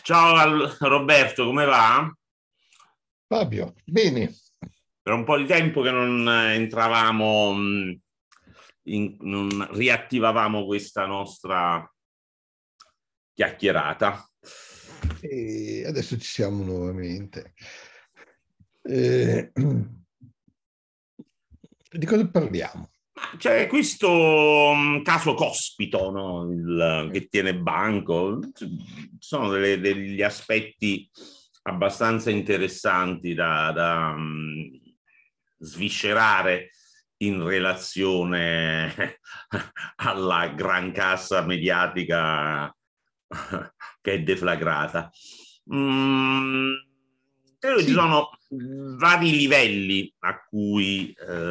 Ciao Roberto, come va? Fabio, bene. Per un po' di tempo che non entravamo, non riattivavamo questa nostra chiacchierata. E adesso ci siamo nuovamente. Eh, di cosa parliamo? C'è questo caso Cospito, no? Che tiene banco. Ci sono degli aspetti abbastanza interessanti da sviscerare in relazione alla gran cassa mediatica che è deflagrata. Mm, Credo ci Sì, sono vari livelli a cui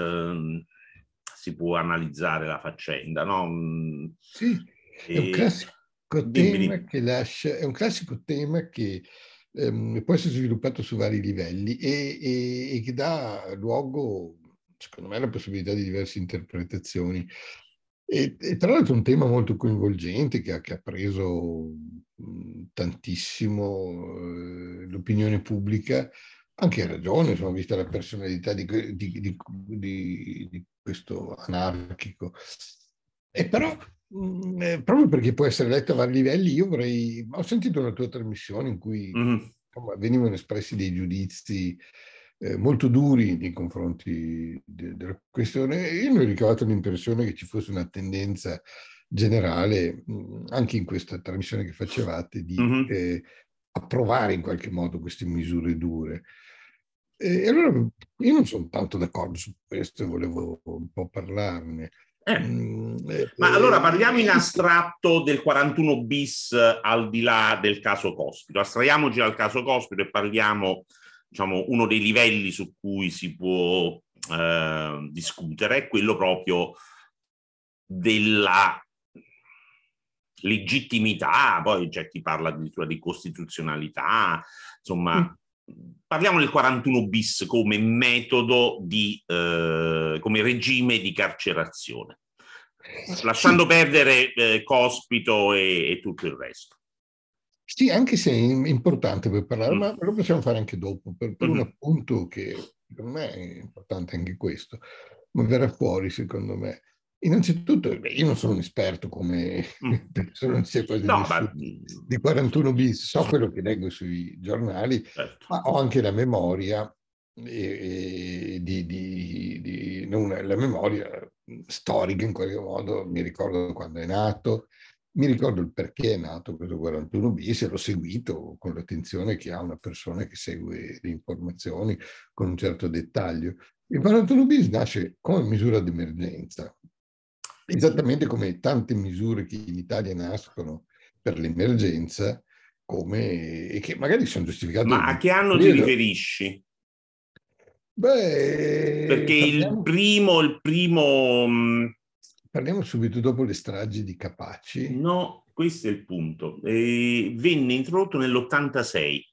si può analizzare la faccenda, no? sì, è un E, classico dimmi, tema dimmi. che lascia, è un classico tema che può essere sviluppato su vari livelli e che dà luogo, secondo me, alla possibilità di diverse interpretazioni. E tra l'altro è un tema molto coinvolgente che ha preso tantissimo l'opinione pubblica, anche a ragione, insomma, vista la personalità di questo anarchico. E però, proprio perché può essere letta a vari livelli, ho sentito una tua trasmissione in cui Mhm. insomma, venivano espressi dei giudizi molto duri nei confronti della questione. Io mi ho ricavato l'impressione che ci fosse una tendenza generale, anche in questa trasmissione che facevate, di Mhm. approvare in qualche modo queste misure dure. E allora io non sono tanto d'accordo su questo e volevo un po' parlarne. Eh. Mm, Ma allora parliamo in eh, astratto del 41 bis al di là del caso Cospito. Astraiamoci dal caso Cospito e parliamo, diciamo, uno dei livelli su cui si può discutere, è quello proprio della legittimità, poi c'è chi parla addirittura di costituzionalità, insomma, parliamo del 41 bis come metodo come regime di carcerazione, lasciando sì, perdere Cospito e tutto il resto. sì, anche se è importante per parlare, Mm. ma lo possiamo fare anche dopo, per un Mm. appunto che per me è importante anche questo, ma verrà fuori secondo me. Innanzitutto, beh, io non sono un esperto come Mm. penso non sia quasi No, ma nessuno di 41 bis, so quello che leggo sui giornali, certo. ma ho anche la memoria, non la memoria storica in qualche modo, mi ricordo quando è nato, mi ricordo il perché è nato questo 41 bis e l'ho seguito con l'attenzione che ha una persona che segue le informazioni con un certo dettaglio. Il 41 bis nasce come misura d'emergenza, esattamente come tante misure che in Italia nascono per l'emergenza, e che magari sono giustificate Ma a nel che anno ti periodo. riferisci? Perché Beh, parliamo subito dopo le stragi di Capaci, no, questo è il punto. Venne introdotto nell'86.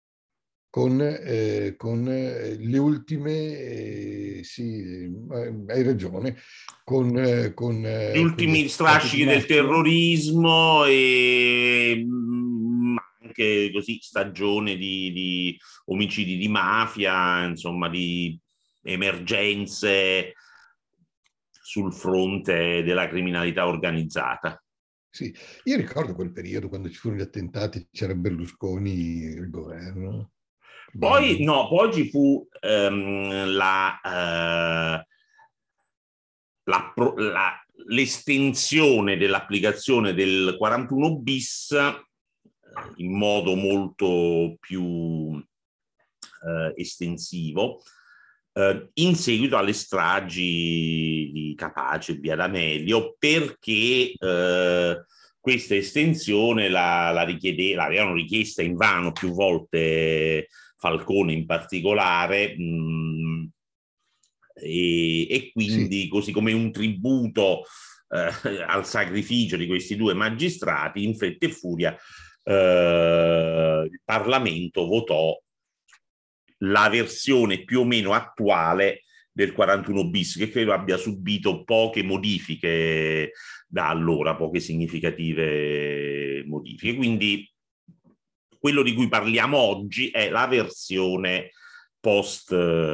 con le ultime, sì, hai ragione, Gli con gli ultimi attentati di strascichi del mafia. terrorismo e anche così stagione di omicidi di mafia, insomma, di emergenze sul fronte della criminalità organizzata. Sì, io ricordo quel periodo quando ci furono gli attentati, c'era Berlusconi il governo, Poi, probabilmente. no, poi ci fu l'estensione dell'applicazione del 41 bis in modo molto più estensivo in seguito alle stragi di Capace e Via D'Amelio, perché questa estensione l'avevano richiesta in vano più volte Falcone in particolare, e Sì, quindi così come un tributo al sacrificio di questi due magistrati, in fretta e furia il Parlamento votò la versione più o meno attuale del 41 bis, che credo abbia subito poche modifiche da allora, poche significative modifiche. Quindi quello di cui parliamo oggi è la versione post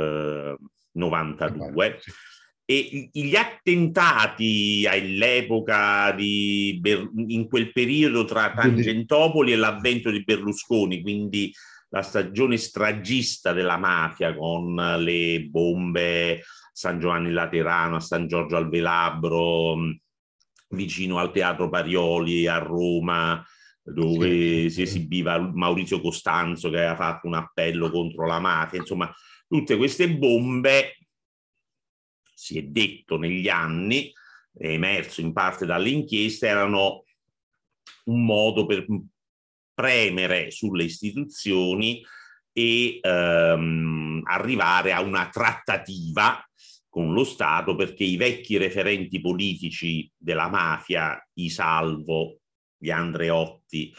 92. Sì. E gli attentati all'epoca in quel periodo tra Tangentopoli e l'avvento di Berlusconi, quindi la stagione stragista della mafia con le bombe a San Giovanni Laterano, a San Giorgio al Velabro, vicino al Teatro Parioli a Roma, dove si esibiva Maurizio Costanzo che aveva fatto un appello contro la mafia. Insomma, tutte queste bombe, si è detto negli anni, è emerso in parte dalle inchieste, erano un modo per premere sulle istituzioni e arrivare a una trattativa con lo Stato, perché i vecchi referenti politici della mafia, i Salvo, gli Andreotti,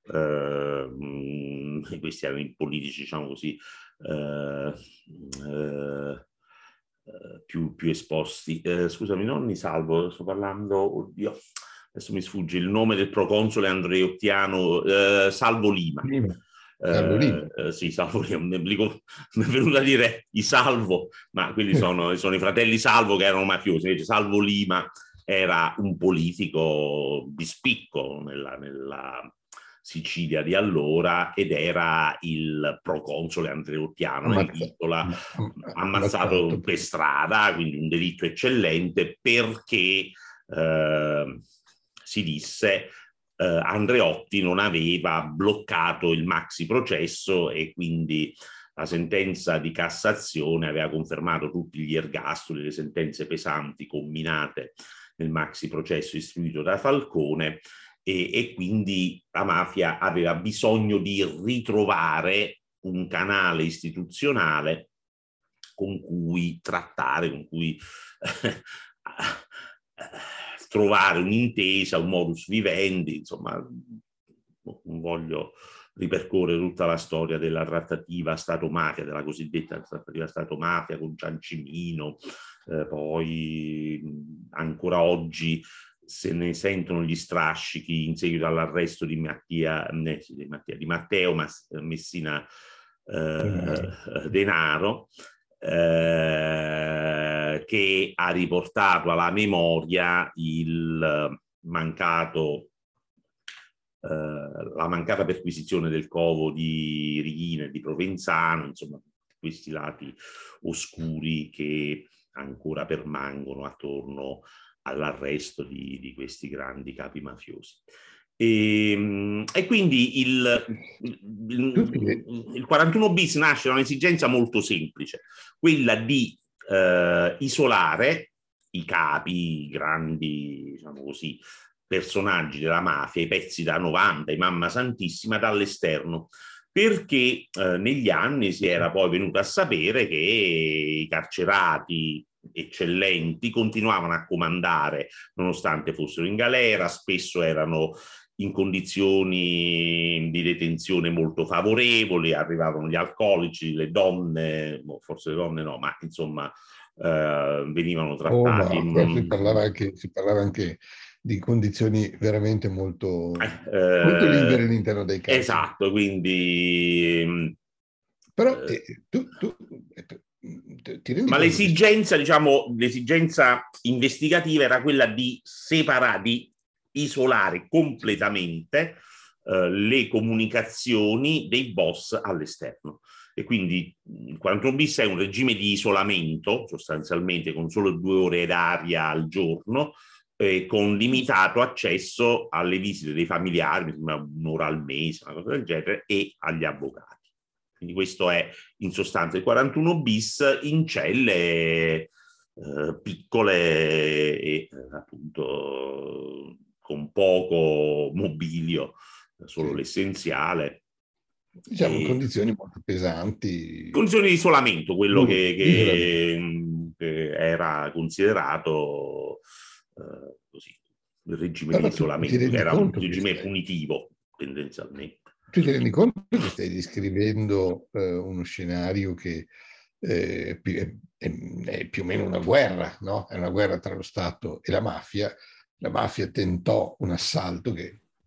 questi erano i politici, diciamo così, più esposti. Scusami, non i Salvo, sto parlando, oddio, adesso mi sfugge il nome del proconsole andreottiano, Salvo Lima. Salvo Lima. Sì, Salvo Lima, mi è venuto a dire i Salvo, ma quelli sono i fratelli Salvo che erano mafiosi. Invece Salvo Lima era un politico di spicco nella Sicilia di allora ed era il proconsole andreottiano nell'isola, ammazzato per strada, quindi un delitto eccellente, perché si disse Andreotti non aveva bloccato il maxi processo e quindi la sentenza di Cassazione aveva confermato tutti gli ergastoli, le sentenze pesanti comminate nel maxi processo istruito da Falcone, e quindi la mafia aveva bisogno di ritrovare un canale istituzionale con cui trattare, con cui trovare un'intesa, un modus vivendi. Insomma, non voglio ripercorrere tutta la storia della trattativa Stato-mafia, della cosiddetta trattativa Stato-mafia con Ciancimino, poi ancora oggi se ne sentono gli strascichi in seguito all'arresto di Matteo Messina Denaro, che ha riportato alla memoria la mancata perquisizione del covo di Righina e di Provenzano, insomma questi lati oscuri che ancora permangono attorno all'arresto di questi grandi capi mafiosi. E quindi il 41 bis nasce da un'esigenza molto semplice, quella di isolare i capi, i grandi, diciamo così, personaggi della mafia, i pezzi da 90, i Mamma Santissima, dall'esterno, perché negli anni si era poi venuto a sapere che i carcerati eccellenti continuavano a comandare nonostante fossero in galera, spesso erano in condizioni di detenzione molto favorevoli, arrivavano gli alcolici, le donne, forse le donne no, ma insomma venivano trattati. Si parlava anche di condizioni veramente molto libere all'interno dei carceri. Esatto, quindi... Però ma l'esigenza, diciamo, l'esigenza investigativa era quella di separare, di isolare completamente le comunicazioni dei boss all'esterno. E quindi il 41 bis è un regime di isolamento, sostanzialmente con solo 2 ore d'aria al giorno, con limitato accesso alle visite dei familiari, un'ora al mese, una cosa del genere, e agli avvocati. Quindi questo è in sostanza il 41 bis in celle piccole e appunto con poco mobilio, solo l'essenziale. Diciamo condizioni molto pesanti. Condizioni di isolamento, quello che era considerato così, il regime di isolamento, che era un regime punitivo tendenzialmente. Tu ti rendi conto che stai descrivendo uno scenario che è più o meno una guerra, no? È una guerra tra lo Stato e la mafia. La mafia tentò un assalto che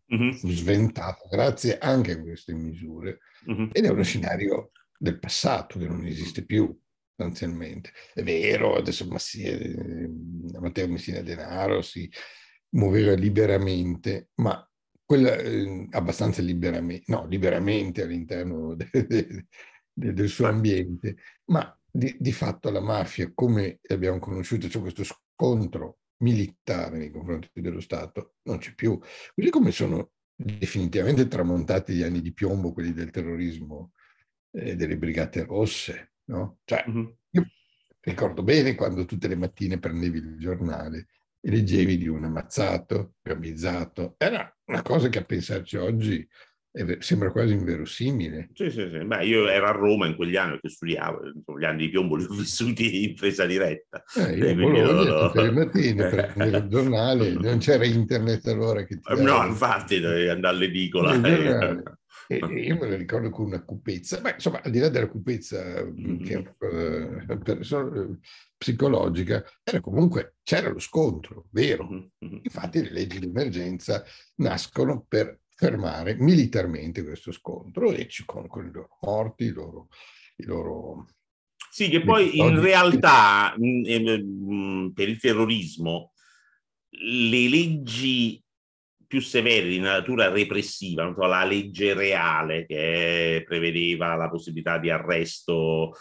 Mhm. sventato grazie anche a queste misure, Mhm. ed è uno scenario del passato che non esiste più sostanzialmente. È vero, adesso Matteo Messina Denaro si muoveva liberamente, ma abbastanza liberamente, no, liberamente all'interno del suo ambiente, ma di fatto la mafia, come abbiamo conosciuto, c'è questo scontro militare nei confronti dello Stato, non c'è più. Così come sono definitivamente tramontati gli anni di piombo, quelli del terrorismo, delle Brigate Rosse, no? Cioè, Mhm. io ricordo bene quando tutte le mattine prendevi il giornale e leggevi di un ammazzato, gambizzato. Era una cosa che a pensarci oggi sembra quasi inverosimile. Sì, sì, sì. Beh, io ero a Roma in quegli anni perché studiavo, insomma, gli anni di piombo li ho vissuti in presa diretta, Io a quindi Bologna tutte le mattine prendevo il giornale, non c'era internet allora che ti dava No, infatti dovevi andare all'edicola. il giornale. E io me lo ricordo con una cupezza, ma insomma, al di là della cupezza, che è una cosa psicologica, era comunque, c'era lo scontro, vero. Infatti le leggi di emergenza nascono per fermare militarmente questo scontro, e con i loro morti, i loro Sì, che poi in episodi. realtà per il terrorismo le leggi più severe di natura repressiva, non so, la legge reale che prevedeva la possibilità di arresto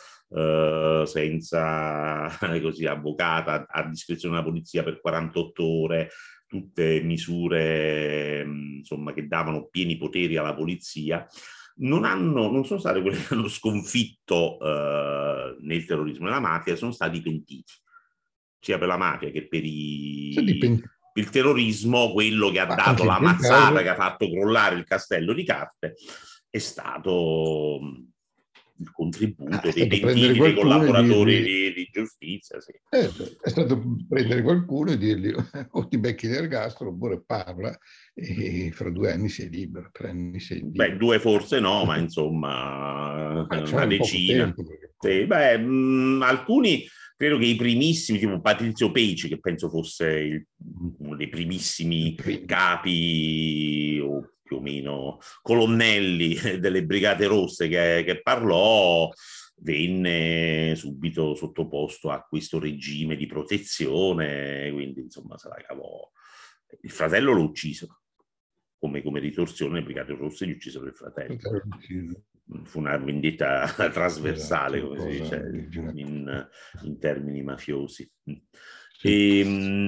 senza così avvocata a discrezione della polizia per 48 ore, tutte misure insomma che davano pieni poteri alla polizia. Non sono state quelle che hanno sconfitto nel terrorismo e nella mafia, sono stati pentiti, sia per la mafia che per il terrorismo. Quello che ha Ma dato anche in la quel mazzata, che caso, ha fatto crollare il castello di carte, è stato il contributo è dei stato prendere pentiti, dei qualcuno e collaboratori dirgli, di giustizia. Sì. è stato prendere qualcuno e dirgli o ti becchi l'ergastolo oppure parla e fra 2 anni sei libero, 3 anni sei Beh, libero. 2 forse no, ma insomma C'è una un poco decina. tempo. Perché Sì, beh, alcuni, credo che i primissimi, tipo Patrizio Peci, che penso fosse uno dei il primissimi primo. capi o più o meno colonnelli delle Brigate Rosse che parlò, venne subito sottoposto a questo regime di protezione, quindi insomma se la cavò. Il fratello lo ucciso come ritorsione, le Brigate Rosse gli uccisero il fratello. Fu una vendetta Esatto, trasversale, una come si cosa dice di una... in termini mafiosi. Sì. E,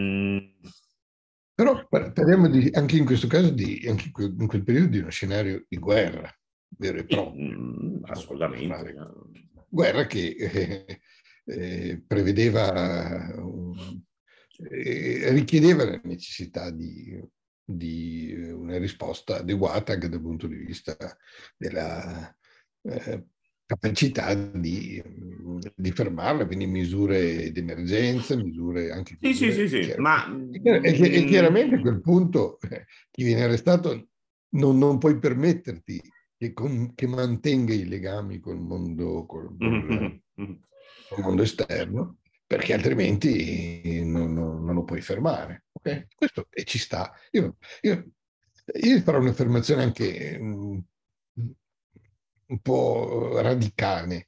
Però parliamo anche in questo caso, anche in quel periodo, di uno scenario di guerra vero e sì, proprio. assolutamente. Guerra che prevedeva, richiedeva la necessità di una risposta adeguata anche dal punto di vista della capacità di fermarla, quindi misure di emergenza, misure anche Sì, sì, sì, dure. sì, ma E chiaramente a quel punto chi viene arrestato non puoi permetterti che mantenga i legami col mondo esterno, perché altrimenti non lo puoi fermare. Okay? Questo e ci sta. Io farò un'affermazione anche un po' radicale,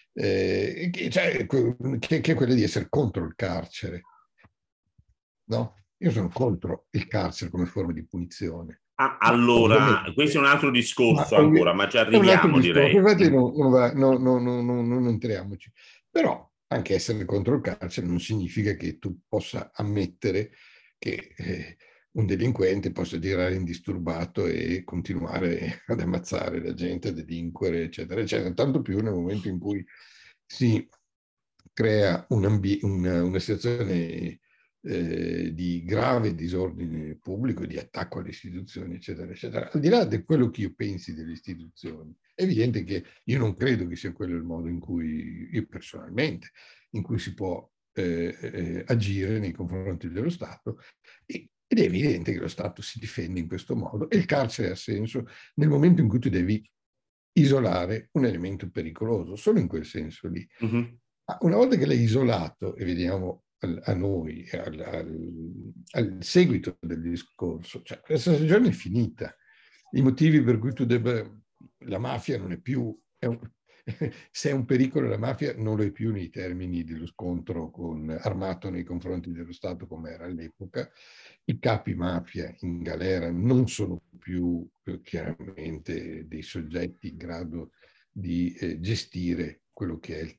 che è quella di essere contro il carcere. No? Io sono contro il carcere come forma di punizione. Ma allora, questo è un ovviamente, altro discorso ancora, ma ci è un altro arriviamo, discorso, direi. infatti non entriamoci. Però anche essere contro il carcere non significa che tu possa ammettere che un delinquente possa girare indisturbato e continuare ad ammazzare la gente, a delinquere, eccetera, eccetera. Tanto più nel momento in cui si crea una situazione di grave disordine pubblico, di attacco alle istituzioni, eccetera, eccetera. Al di là di quello che io pensi delle istituzioni, è evidente che io non credo che sia quello il modo in cui, io personalmente, in cui si può agire nei confronti dello Stato, ed è evidente che lo Stato si difende in questo modo, e il carcere ha senso nel momento in cui tu devi isolare un elemento pericoloso, solo in quel senso lì. Mhm. Ma una volta che l'hai isolato, e vediamo a noi, al seguito del discorso, cioè questa stagione è finita. i motivi per cui tu debba... La mafia non è più... se è un pericolo la mafia non lo è più nei termini dello scontro armato nei confronti dello Stato come era all'epoca. I capi mafia in galera non sono più chiaramente dei soggetti in grado di gestire quello che è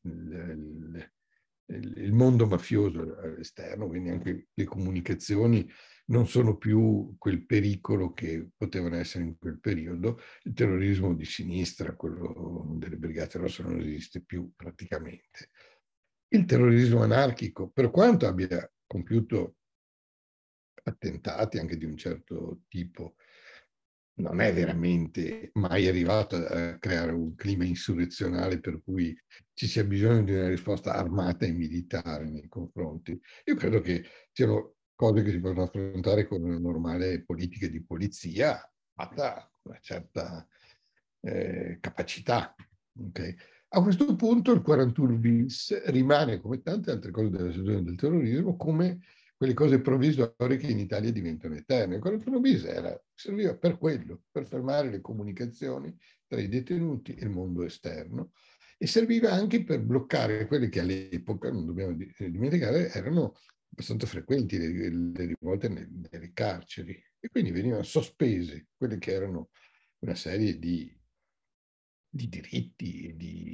il mondo mafioso all'esterno, quindi anche le comunicazioni non sono più quel pericolo che potevano essere in quel periodo. Il terrorismo di sinistra, quello delle Brigate Rosse, non esiste più praticamente. Il terrorismo anarchico, per quanto abbia compiuto attentati anche di un certo tipo, non è veramente mai arrivato a creare un clima insurrezionale per cui ci sia bisogno di una risposta armata e militare nei confronti. Io credo che siano cose che si possono affrontare con una normale politica di polizia fatta una certa capacità. Okay? A questo punto il 41 bis rimane, come tante altre cose della stagione del terrorismo, come quelle cose provvisorie che in Italia diventano eterne. Il 41 bis serviva per quello, per fermare le comunicazioni tra i detenuti e il mondo esterno, e serviva anche per bloccare quelle che all'epoca, non dobbiamo dimenticare, erano abbastanza frequenti le rivolte nelle carceri, e quindi venivano sospese quelle che erano una serie di diritti,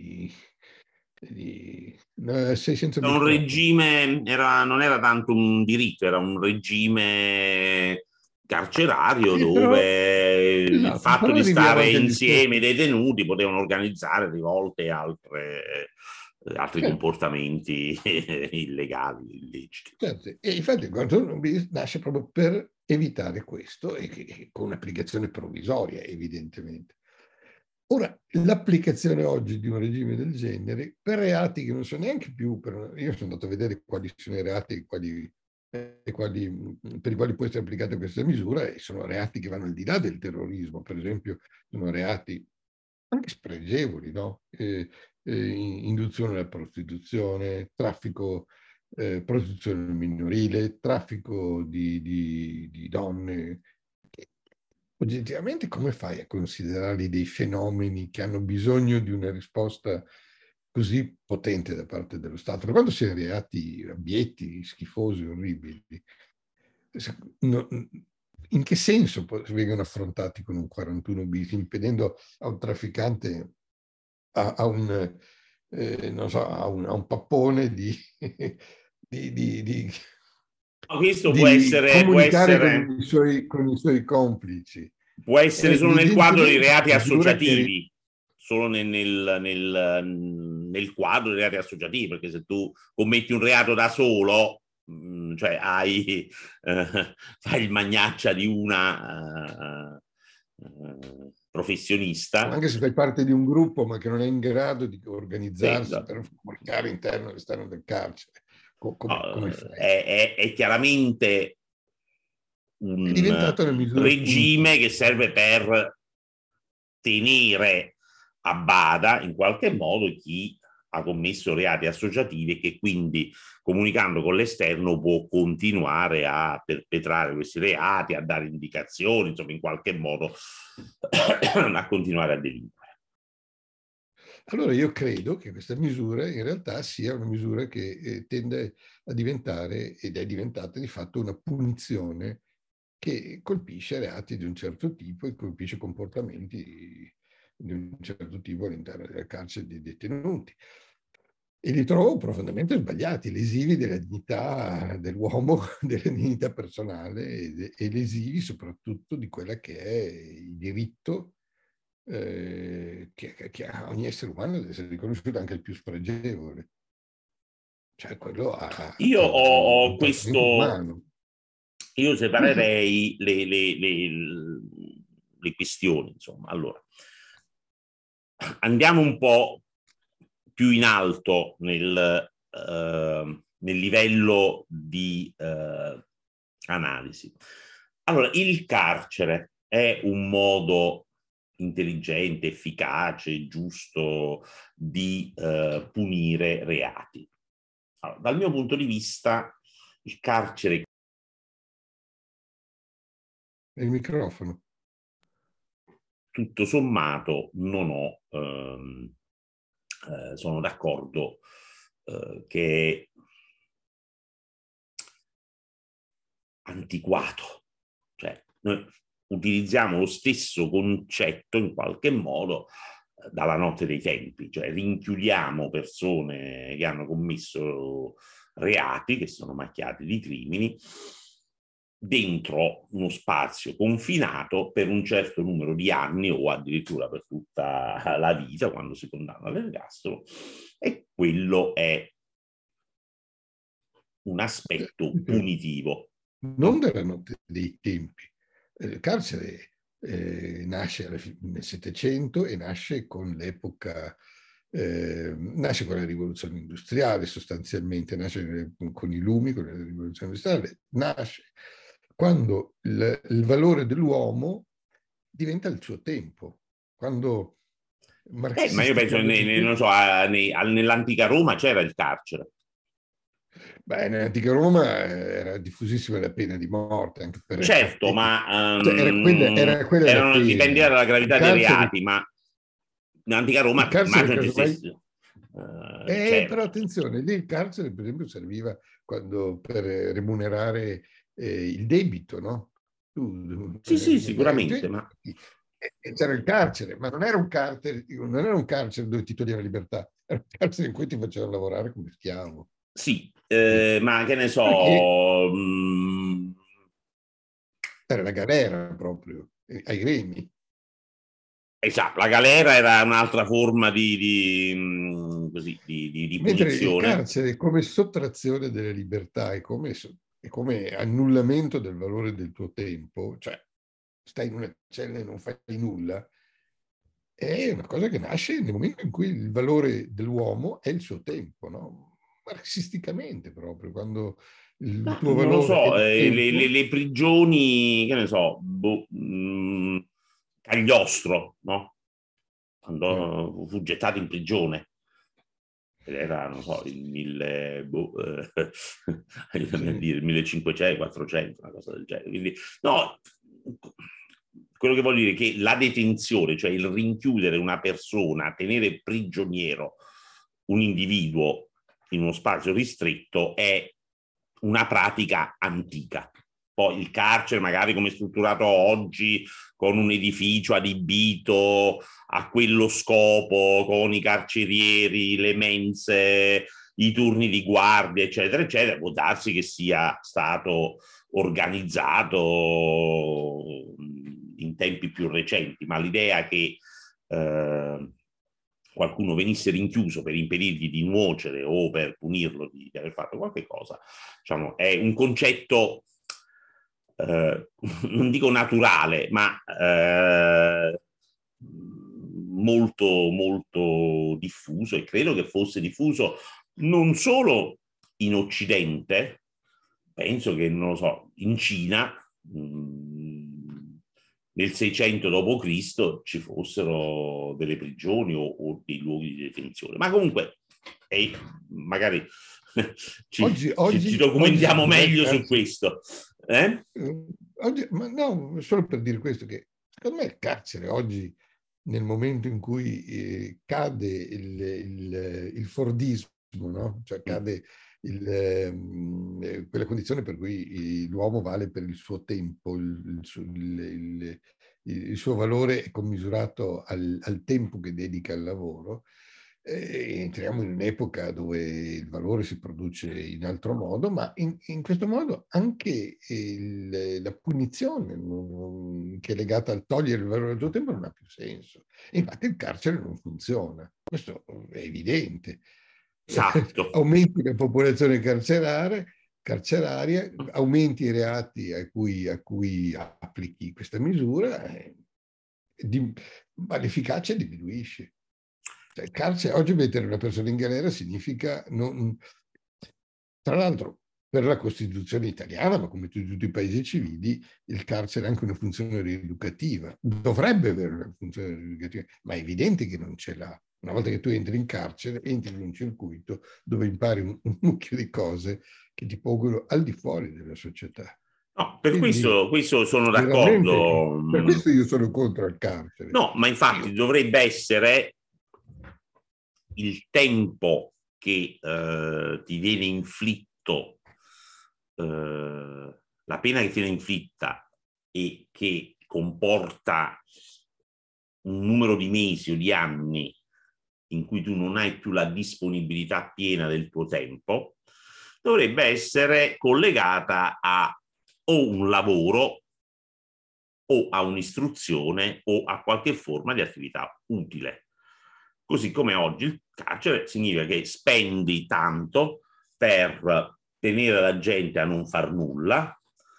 sei senza Un microfono. regime non era tanto un diritto, era un regime carcerario Sì, però, dove il esatto, fatto però di arriviamo stare anche al insieme i discorso. detenuti potevano organizzare rivolte e altri Certo, comportamenti illegali, illeciti. certo. E infatti il 41 bis nasce proprio per evitare questo, e con un'applicazione provvisoria, evidentemente. Ora, l'applicazione oggi di un regime del genere per reati che non sono neanche più... io sono andato a vedere quali sono i reati per i quali può essere applicata questa misura, e sono reati che vanno al di là del terrorismo. Per esempio, sono reati anche spregevoli, no? Induzione alla prostituzione, traffico, prostituzione minorile, traffico di donne. Oggettivamente, come fai a considerarli dei fenomeni che hanno bisogno di una risposta così potente da parte dello Stato? Per quanto siano reati abietti, schifosi, orribili, in che senso vengono affrontati con un 41 bis, impedendo a un trafficante, a un, non so, a un pappone di, di, di, Questo di può comunicare essere con i suoi complici? può essere solo nel quadro dei Evidentemente reati la misura che... associativi, solo nel quadro dei reati associativi, perché se tu commetti un reato da solo, cioè fai il magnaccia di una professionista, anche se fai parte di un gruppo ma che non è in grado di sì, organizzarsi per comunicare interno e all'esterno del carcere, come fai? è chiaramente È un diventata una misura regime che punitiva. serve per tenere a bada in qualche modo chi ha commesso reati associativi e che quindi comunicando con l'esterno può continuare a perpetrare questi reati, a dare indicazioni, insomma in qualche modo a continuare a delinquere. Allora io credo che questa misura in realtà sia una misura che tende a diventare, ed è diventata di fatto, una punizione che colpisce reati di un certo tipo e colpisce comportamenti di un certo tipo all'interno della carcere dei detenuti. E li trovo profondamente sbagliati, lesivi della dignità dell'uomo, della dignità personale, e lesivi soprattutto di quella che è il diritto che a ogni essere umano deve essere riconosciuto, anche il più spregevole, cioè quello Io a ho un trattamento questo, umano. io Sì, sì. separerei le questioni, insomma. Allora, andiamo un po' più in alto nel livello di analisi. Allora, il carcere è un modo intelligente, efficace, giusto di punire reati. Allora, dal mio punto di vista, il carcere... Il microfono. tutto sommato non ho, sono d'accordo che è antiquato. Cioè, noi utilizziamo lo stesso concetto in qualche modo dalla notte dei tempi, cioè rinchiudiamo persone che hanno commesso reati, che sono macchiati di crimini, dentro uno spazio confinato per un certo numero di anni o addirittura per tutta la vita quando si condanna all'ergastolo, e quello è un aspetto punitivo. Non della notte dei tempi. Il carcere nasce nel Settecento e nasce con l'epoca, nasce con la rivoluzione industriale sostanzialmente, nasce con i lumi, con la rivoluzione industriale, nasce quando il valore dell'uomo diventa il suo tempo, quando Ma io penso, non so, nell'antica Roma c'era il carcere. Beh, nell'antica Roma era diffusissima la pena di morte, anche per certo, reati. ma Cioè, era quella la pena. dipendeva dalla gravità dei reati, ma nell'antica Roma il carcere immagino ci casomai, stesse. però attenzione, lì il carcere per esempio serviva per remunerare il debito, no? Sì, sicuramente, ma c'era il carcere, ma non era un carcere dove ti toglieva libertà, era un carcere in cui ti facevano lavorare come schiavo. sì, ma che ne Perché so, era la galera proprio, ai remi. esatto, la galera era un'altra forma di Mentre il punizione. carcere come sottrazione delle libertà e come annullamento del valore del tuo tempo, cioè stai in una cella e non fai nulla, è una cosa che nasce nel momento in cui il valore dell'uomo è il suo tempo, no? Marxisticamente proprio, quando il No, tuo non lo valore è so, il tempo. le prigioni, che ne so, Cagliostro, no? Quando fu gettato in prigione. Era, non so, il 1500, 400, una cosa del genere. Quindi, no, quello che voglio dire è che la detenzione, cioè il rinchiudere una persona, tenere prigioniero un individuo in uno spazio ristretto è una pratica antica. Poi il carcere, magari come è strutturato oggi, con un edificio adibito a quello scopo, con i carcerieri, le mense, i turni di guardia, eccetera, eccetera, può darsi che sia stato organizzato in tempi più recenti, ma l'idea che qualcuno venisse rinchiuso per impedirgli di nuocere o per punirlo di aver fatto qualche cosa, diciamo, è un concetto non dico naturale, ma molto diffuso, e credo che fosse diffuso non solo in Occidente, penso che, non lo so, in Cina nel 600 d.C. ci fossero delle prigioni o dei luoghi di detenzione. Ma comunque, magari ci documentiamo meglio su questo. Oggi, ma no, solo per dire questo, che secondo me il carcere oggi, nel momento in cui cade il fordismo, no? Cioè cade quella condizione per cui l'uomo vale per il suo tempo, il suo valore è commisurato al tempo che dedica al lavoro. Entriamo in un'epoca dove il valore si produce in altro modo, ma in questo modo anche la punizione che è legata al togliere il valore del tuo tempo non ha più senso. E infatti il carcere non funziona, questo è evidente. Esatto. Aumenti la popolazione carceraria, aumenti i reati a cui applichi questa misura, ma l'efficacia diminuisce. Cioè, il carcere, oggi mettere una persona in galera significa, tra l'altro, per la Costituzione italiana, ma come tutti i paesi civili, il carcere ha anche una funzione rieducativa. Dovrebbe avere una funzione rieducativa, ma è evidente che non ce l'ha. Una volta che tu entri in carcere, entri in un circuito dove impari un mucchio di cose che ti pongono al di fuori della società. No, per Quindi questo sono veramente, d'accordo. per questo io sono contro il carcere. No, ma infatti dovrebbe essere il tempo che ti viene inflitto, la pena che ti viene inflitta e che comporta un numero di mesi o di anni in cui tu non hai più la disponibilità piena del tuo tempo, dovrebbe essere collegata a o un lavoro o a un'istruzione o a qualche forma di attività utile. Così come oggi il carcere significa che spendi tanto per tenere la gente a non far nulla,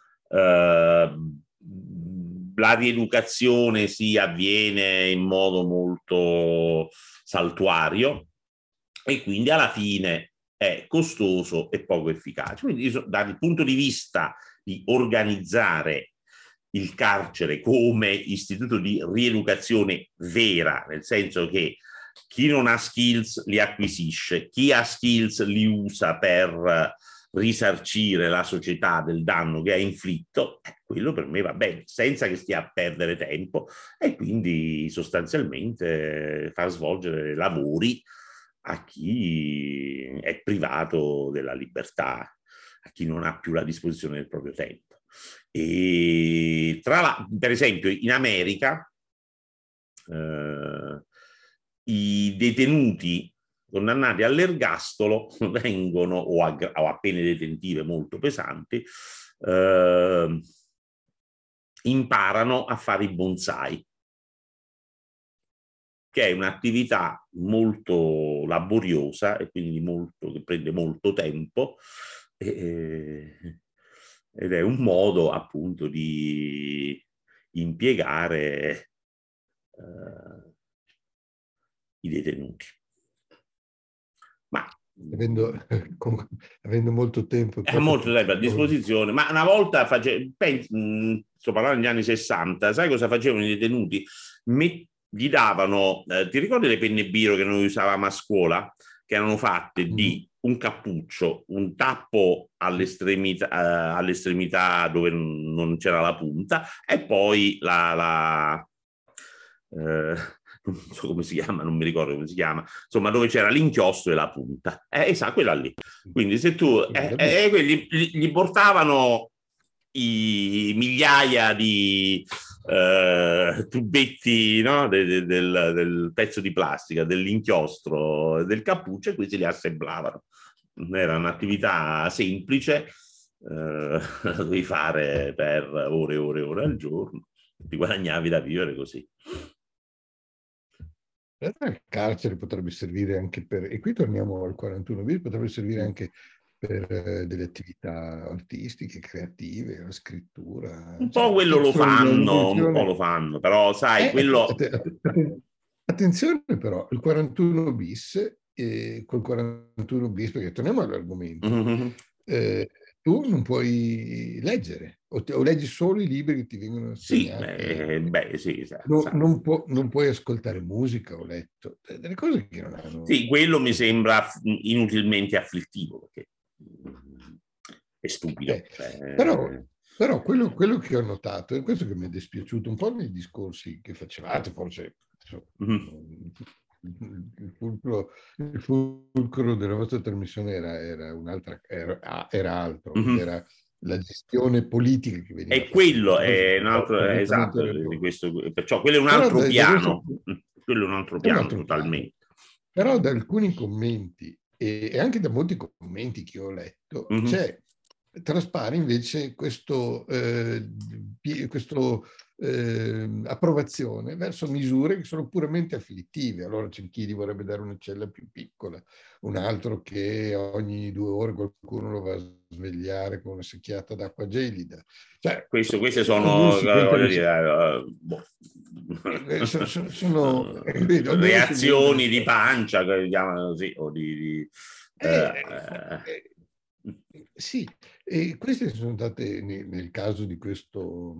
la rieducazione si avviene in modo molto saltuario e quindi alla fine è costoso e poco efficace. Quindi dal punto di vista di organizzare il carcere come istituto di rieducazione vera, nel senso che chi non ha skills li acquisisce, chi ha skills li usa per risarcire la società del danno che ha inflitto, quello per me va bene, senza che stia a perdere tempo e quindi sostanzialmente far svolgere lavori a chi è privato della libertà, a chi non ha più la disposizione del proprio tempo. E per esempio in America i detenuti condannati all'ergastolo vengono o a pene detentive molto pesanti imparano a fare i bonsai, che è un'attività molto laboriosa e quindi che prende molto tempo ed è un modo appunto di impiegare i detenuti. Ma avendo molto tempo e ha molto tempo a persone. disposizione, ma una volta sto parlando degli anni 60, sai cosa facevano i detenuti? Gli davano, ti ricordi le penne biro che noi usavamo a scuola? Che erano fatte di un cappuccio, un tappo all'estremità dove non c'era la punta e poi non so come si chiama, non mi ricordo come si chiama, insomma dove c'era l'inchiostro e la punta. Esatto, quella lì. Quindi se tu quelli gli portavano i migliaia di tubetti, no? del pezzo di plastica, dell'inchiostro, del cappuccio e questi li assemblavano. Era un'attività semplice, la dovevi fare per ore e ore e ore al giorno, ti guadagnavi da vivere così. Il carcere potrebbe servire anche per, e qui torniamo al 41 bis, potrebbe servire anche per delle attività artistiche, creative, la scrittura. Un po' quello lo fanno, un po' lo fanno, però sai, quello... Attenzione però, il 41 bis, col 41 bis, perché torniamo all'argomento, tu non puoi leggere, o leggi solo i libri che ti vengono assegnati. Sì, Non puoi ascoltare musica o letto, delle cose che non hanno... Sì, quello mi sembra inutilmente afflittivo, perché è stupido. Però quello che ho notato, e questo che mi è dispiaciuto un po' nei discorsi che facevate, forse il fulcro della vostra trasmissione era un'altra, era altro, era la gestione politica che veniva e quello fatta. è un altro, esatto, di questo, perciò quello è un altro piano, quello è un altro piano totalmente. Però da alcuni commenti e anche da molti commenti che ho letto, traspare invece questo approvazione verso misure che sono puramente afflittive. Allora c'è chi gli vorrebbe dare una cella più piccola, un altro che ogni 2 ore qualcuno lo va a svegliare con una secchiata d'acqua gelida. Cioè, queste sono, voglio dire, sono reazioni di pancia, che chiamano così, o sì, e queste sono state nel caso di questo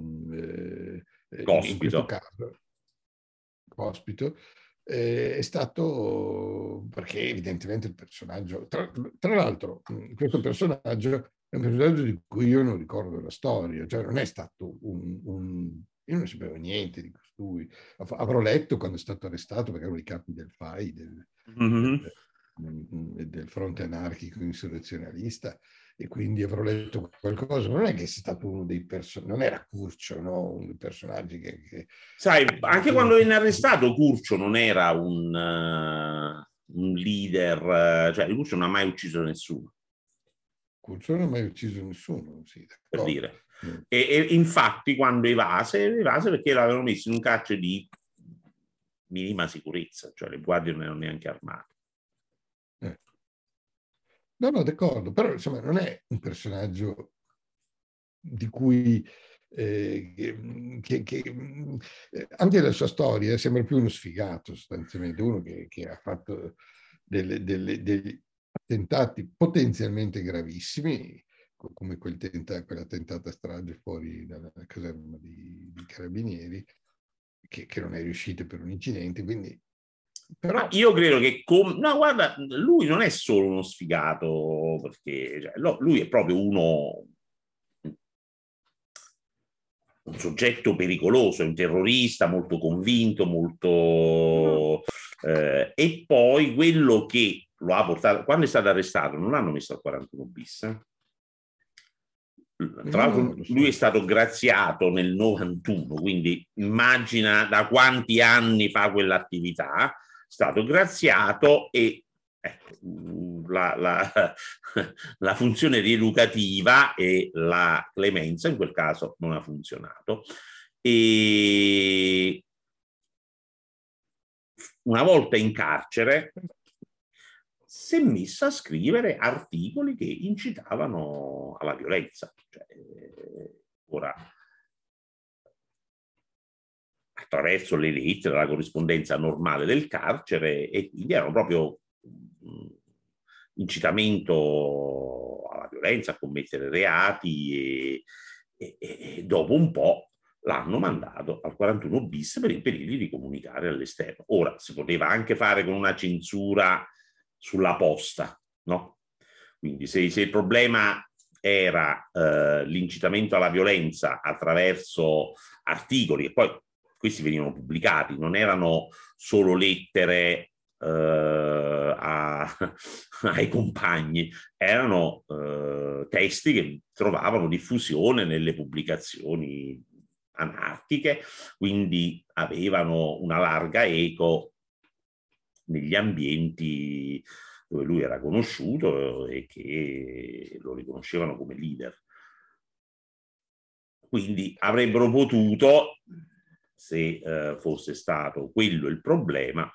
in questo caso Cospito, è stato perché evidentemente il personaggio, tra l'altro questo personaggio È un personaggio di cui io non ricordo la storia, cioè non è stato io non sapevo niente di costui. Avrò letto quando è stato arrestato, perché erano i capi del FAI, Mm-hmm. del fronte anarchico insurrezionalista, e quindi avrò letto qualcosa. Non è che sia stato uno dei personaggi, non era Curcio, no? Uno dei personaggi Sai, anche quando venne arrestato Curcio non era un leader, cioè Curcio non ha mai ucciso nessuno, Curcio non ha mai ucciso nessuno, sì, per d'accordo. dire. E infatti quando evase perché l'avevano messo in un carcere di minima sicurezza, cioè le guardie non erano neanche armate. No, no, d'accordo, però insomma non è un personaggio di cui anche la sua storia sembra più uno sfigato, sostanzialmente, uno che ha fatto degli attentati potenzialmente gravissimi, come quella tentata strage fuori dalla caserma di Carabinieri, che non è riuscita per un incidente, quindi... Ma Però io credo che no, guarda, lui non è solo uno sfigato, perché cioè, lui è proprio un soggetto pericoloso, è un terrorista molto convinto, molto... e poi quello che lo ha portato, quando è stato arrestato, non l'hanno messo al 41 bis. Tra no, l'altro lo lui è so. stato graziato nel 91, quindi immagina da quanti anni fa quell'attività, è stato graziato e ecco, la funzione rieducativa e la clemenza in quel caso non ha funzionato. E una volta in carcere si è messo a scrivere articoli che incitavano alla violenza. Cioè, ora, attraverso le lettere, la corrispondenza normale del carcere, e quindi erano proprio incitamento alla violenza, a commettere reati, e dopo un po' l'hanno mandato al 41 bis per impedirgli di comunicare all'esterno. Ora, si poteva anche fare con una censura sulla posta, no? Quindi se il problema era l'incitamento alla violenza attraverso articoli, e poi questi venivano pubblicati, non erano solo lettere ai compagni, erano testi che trovavano diffusione nelle pubblicazioni anarchiche, quindi avevano una larga eco negli ambienti dove lui era conosciuto e che lo riconoscevano come leader. Quindi avrebbero potuto, se fosse stato quello il problema,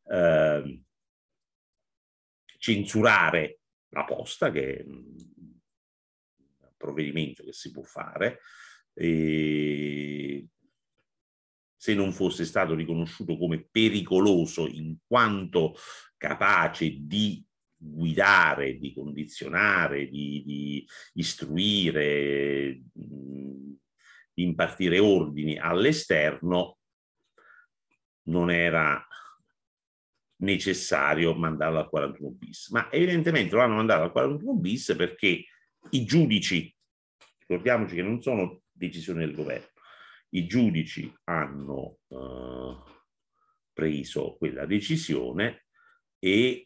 censurare la posta, che è un provvedimento che si può fare, e se non fosse stato riconosciuto come pericoloso in quanto capace di guidare, di condizionare, di istruire, di impartire ordini all'esterno, non era necessario mandarlo al 41 bis. Ma evidentemente lo hanno mandato al 41 bis perché i giudici, ricordiamoci che non sono decisioni del governo, i giudici hanno preso quella decisione e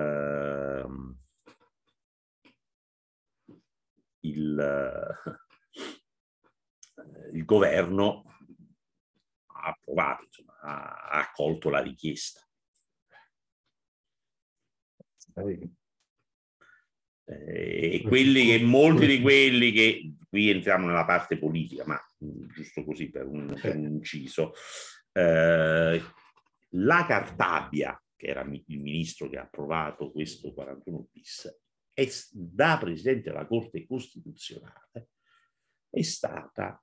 il governo ha approvato, insomma, ha accolto la richiesta. E molti di quelli che qui entriamo nella parte politica, ma giusto così per un inciso, la Cartabia, che era il ministro che ha approvato questo 41 bis, da presidente della Corte Costituzionale è stata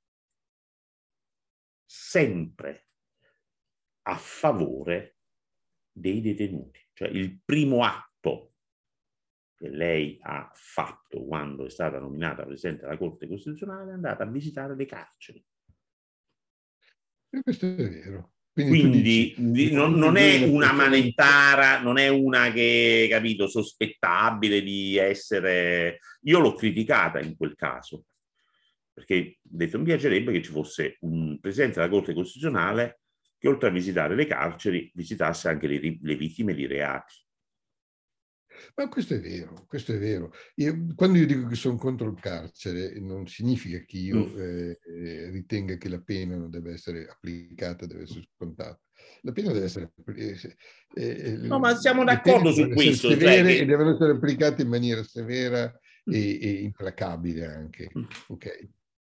sempre a favore dei detenuti. Cioè il primo atto che lei ha fatto quando è stata nominata Presidente della Corte Costituzionale è andata a visitare le carceri. E questo è vero. Quindi tu Quindi dici, non è una persona... manettara, non è una che, capito, sospettabile di essere... Io l'ho criticata in quel caso, perché ho detto mi piacerebbe che ci fosse un presidente della Corte Costituzionale che oltre a visitare le carceri visitasse anche le vittime di reati. Ma questo è vero, questo è vero. Quando io dico che sono contro il carcere, non significa che io ritenga che la pena non deve essere applicata, deve essere scontata. La pena deve essere... No, ma siamo le pene d'accordo su devono essere questo, cioè severe e che... devono essere applicate in maniera severa e implacabile anche. Ok?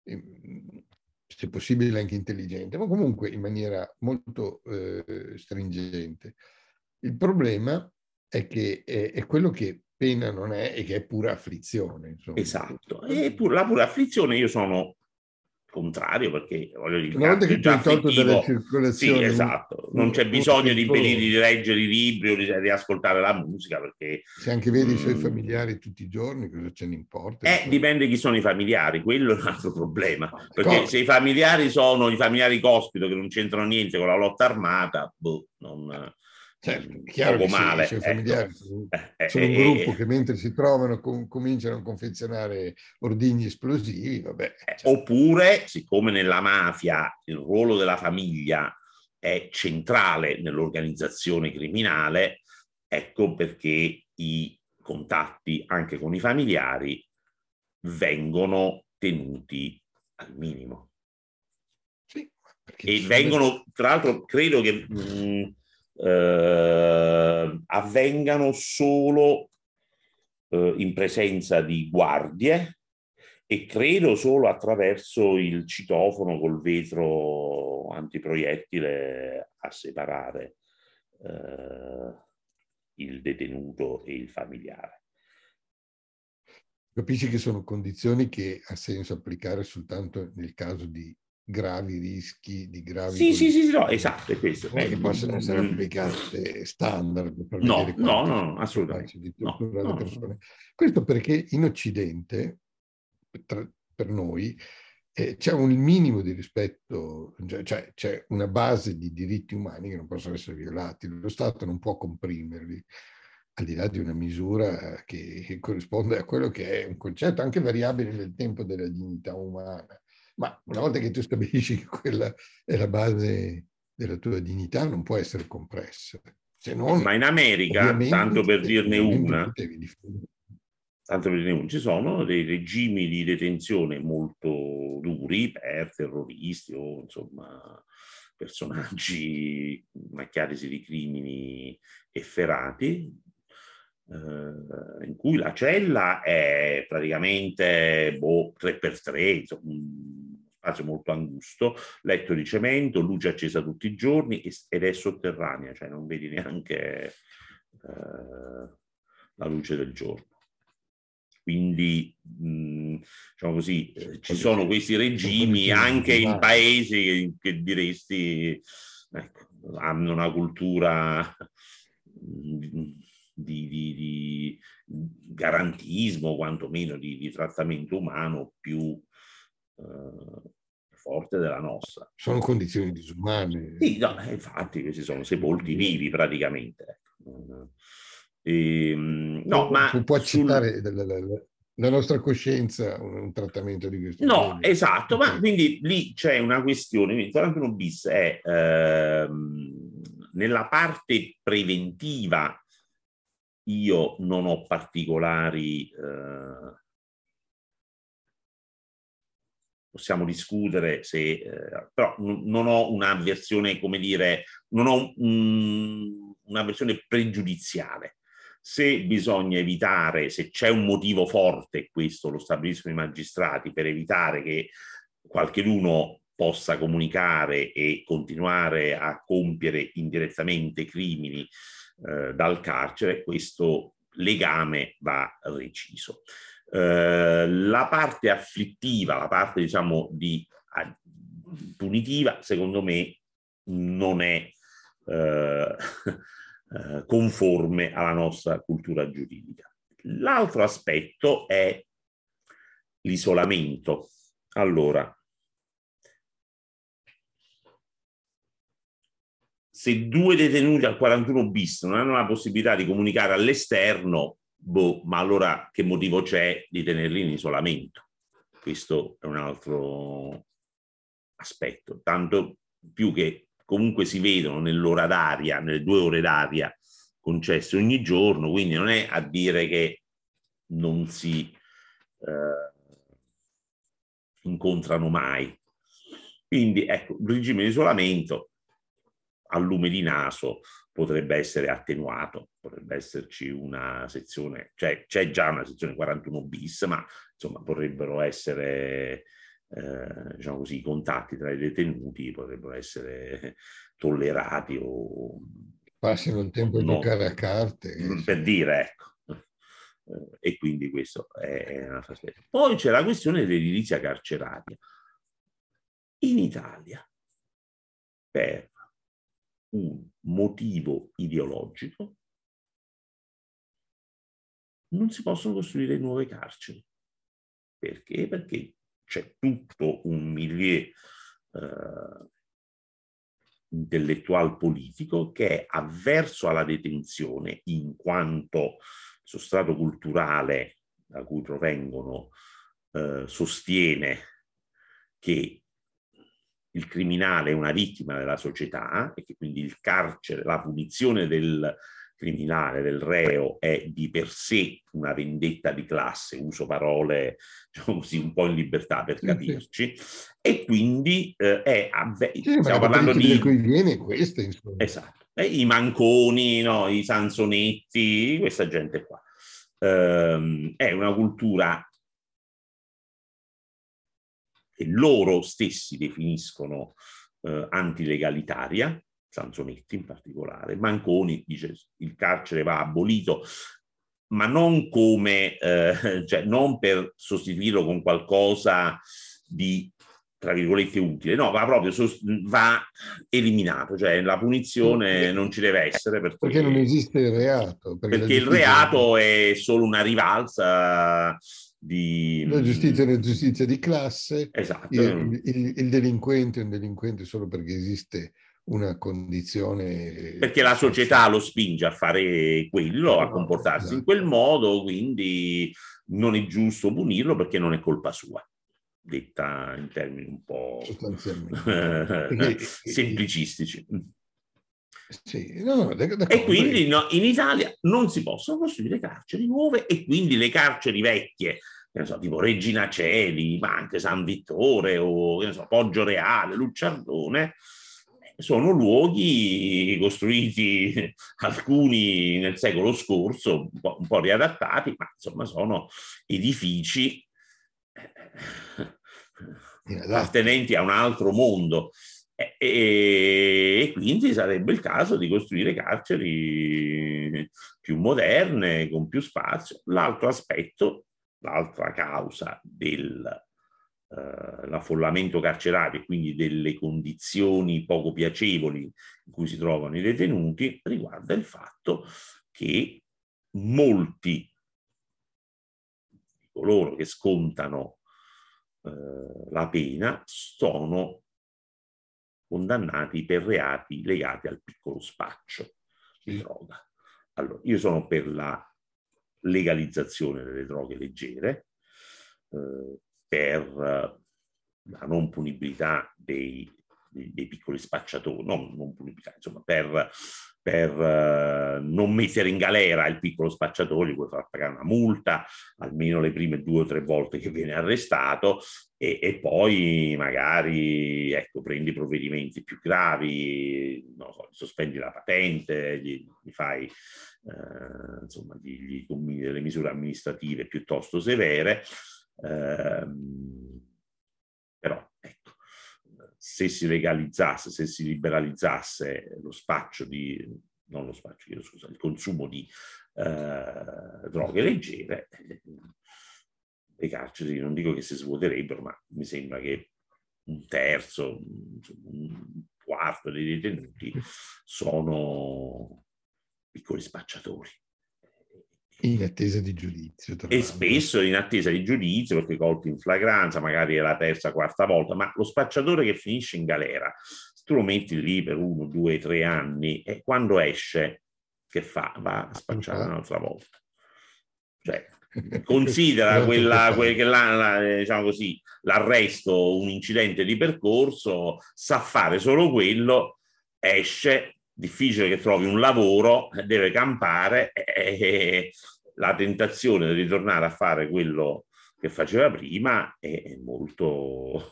Se possibile anche intelligente, ma comunque in maniera molto stringente. Il problema è che è quello che pena non è e che è pura afflizione, insomma. Esatto, e la pura afflizione io sono contrario perché voglio dire, il Una volta carcere è che tu già hai tolto dalla afflittivo, sì, circolazione esatto, non c'è uno bisogno di impedire spettrone, di leggere i libri o di ascoltare la musica perché se anche vedi i suoi familiari tutti i giorni, cosa ce ne importa, insomma? dipende chi sono i familiari, quello è un altro problema, No, perché d'accordo. se i familiari sono i familiari cospito che non c'entrano niente con la lotta armata, boh, non, Certo, è chiaro poco che se i male, suoi ecco. familiari sono un gruppo che mentre si trovano cominciano a confezionare ordigni esplosivi, vabbè. Cioè. Oppure, siccome nella mafia il ruolo della famiglia è centrale nell'organizzazione criminale, ecco perché i contatti anche con i familiari vengono tenuti al minimo. Sì, perché E ci sono vengono, tra l'altro, credo che avvengano solo in presenza di guardie e credo solo attraverso il citofono col vetro antiproiettile a separare il detenuto e il familiare. Capisci che sono condizioni che ha senso applicare soltanto nel caso di gravi rischi, di gravi Sì, sì, sì, sì, no, condizioni. esatto, è questo. Non è che possono essere applicate standard per No, vedere no, quanto no, sono assolutamente. capaci di No, torturare le no, no. persone. Questo perché in Occidente, per noi, c'è un minimo di rispetto, cioè c'è una base di diritti umani che non possono essere violati. Lo Stato non può comprimerli al di là di una misura che corrisponde a quello che è un concetto anche variabile nel tempo della dignità umana. Ma una volta che tu stabilisci che quella è la base della tua dignità, non può essere compressa. Se non, Ma in America, ovviamente, ovviamente ti devi difendere. tanto per dirne uno, ci sono dei regimi di detenzione molto duri per terroristi o insomma personaggi macchiatisi di crimini efferati, in cui la cella è praticamente 3x3, insomma, un spazio molto angusto, letto di cemento, luce accesa tutti i giorni ed è sotterranea, cioè non vedi neanche la luce del giorno. Quindi, diciamo così, ci sono questi regimi anche in paesi che diresti ecco, hanno una cultura di garantismo, quantomeno di trattamento umano più forte della nostra. Sono condizioni disumane. Sì, no, infatti questi sono sepolti vivi praticamente. No, ma Può sul... accettare la nostra coscienza un trattamento di questo No, genere. esatto, ma Okay. quindi lì c'è una questione, il 41 bis è nella parte preventiva io non ho particolari possiamo discutere se però non ho un'avversione, come dire, non ho un'avversione pregiudiziale. Se bisogna evitare, se c'è un motivo forte, questo lo stabiliscono i magistrati, per evitare che qualcheduno possa comunicare e continuare a compiere indirettamente crimini dal carcere, questo legame va reciso. La parte afflittiva, la parte diciamo punitiva, secondo me non è conforme alla nostra cultura giuridica. L'altro aspetto è l'isolamento. Allora, se 2 detenuti al 41 bis non hanno la possibilità di comunicare all'esterno, ma allora che motivo c'è di tenerli in isolamento? Questo è un altro aspetto, tanto più che comunque si vedono nell'ora d'aria, nelle 2 ore d'aria concesse ogni giorno, quindi non è a dire che non si incontrano mai. Quindi ecco, il regime di isolamento al lume di naso potrebbe essere attenuato, potrebbe esserci una sezione, cioè c'è già una sezione 41 bis, ma insomma potrebbero essere, diciamo così, i contatti tra i detenuti potrebbero essere tollerati o passino il tempo a giocare a carte. Per dire, ecco. E quindi questo è un altro aspetto. Poi c'è la questione dell'edilizia carceraria. In Italia, per un motivo ideologico, non si possono costruire nuove carceri. Perché? Perché c'è tutto un milieu intellettual politico che è avverso alla detenzione in quanto sostrato culturale da cui provengono sostiene che il criminale è una vittima della società e che quindi il carcere, la punizione del criminale, del reo, è di per sé una vendetta di classe, uso parole, diciamo così, un po' in libertà per capirci, e quindi stiamo parlando di... cui viene questa, insomma. Esatto, i Manconi, no? I Sansonetti, questa gente qua. È una cultura che loro stessi definiscono antilegalitaria, Sansonetti in particolare. Manconi dice il carcere va abolito, ma non come, cioè non per sostituirlo con qualcosa di, tra virgolette, utile, no, va proprio, va eliminato, cioè la punizione non ci deve essere perché non esiste il reato. Perché il reato è solo una rivalsa di... La giustizia è una giustizia di classe. Esatto. Il delinquente è un delinquente solo perché esiste una condizione... Perché la società lo spinge a fare quello, a comportarsi in quel modo, quindi non è giusto punirlo perché non è colpa sua, detta in termini un po' semplicistici. Sì, no, e quindi in Italia non si possono costruire carceri nuove e quindi le carceri vecchie, che ne so, tipo Regina Coeli, ma anche San Vittore o che ne so, Poggio Reale, Lucciardone, sono luoghi costruiti alcuni nel secolo scorso, un po' riadattati, ma insomma sono edifici appartenenti a un altro mondo. E quindi sarebbe il caso di costruire carceri più moderne, con più spazio. L'altro aspetto, l'altra causa dell'affollamento carcerario e quindi delle condizioni poco piacevoli in cui si trovano i detenuti, riguarda il fatto che molti di coloro che scontano la pena sono condannati per reati legati al piccolo spaccio di droga. Allora, io sono per la legalizzazione delle droghe leggere, per la non punibilità dei piccoli spacciatori, non punibilità, insomma, per non mettere in galera il piccolo spacciatore, gli puoi far pagare una multa, almeno le prime 2 o 3 volte che viene arrestato, e poi magari, ecco, prendi provvedimenti più gravi, non so, sospendi la patente, gli fai insomma, gli commini delle misure amministrative piuttosto severe, però ecco, se si legalizzasse, se si liberalizzasse lo spaccio non lo spaccio, scusa, il consumo di droghe leggere, le carceri non dico che si svuoterebbero, ma mi sembra che un terzo, un quarto dei detenuti sono piccoli spacciatori. In attesa di giudizio. E spesso in attesa di giudizio, perché colti in flagranza, magari è la terza, quarta volta, ma lo spacciatore che finisce in galera tu lo metti lì per 1, 2, 3 anni e quando esce, che fa? Va a spacciare un'altra volta. Cioè, considera diciamo così, l'arresto un incidente di percorso, sa fare solo quello, esce, difficile che trovi un lavoro, deve campare e la tentazione di ritornare a fare quello che faceva prima è molto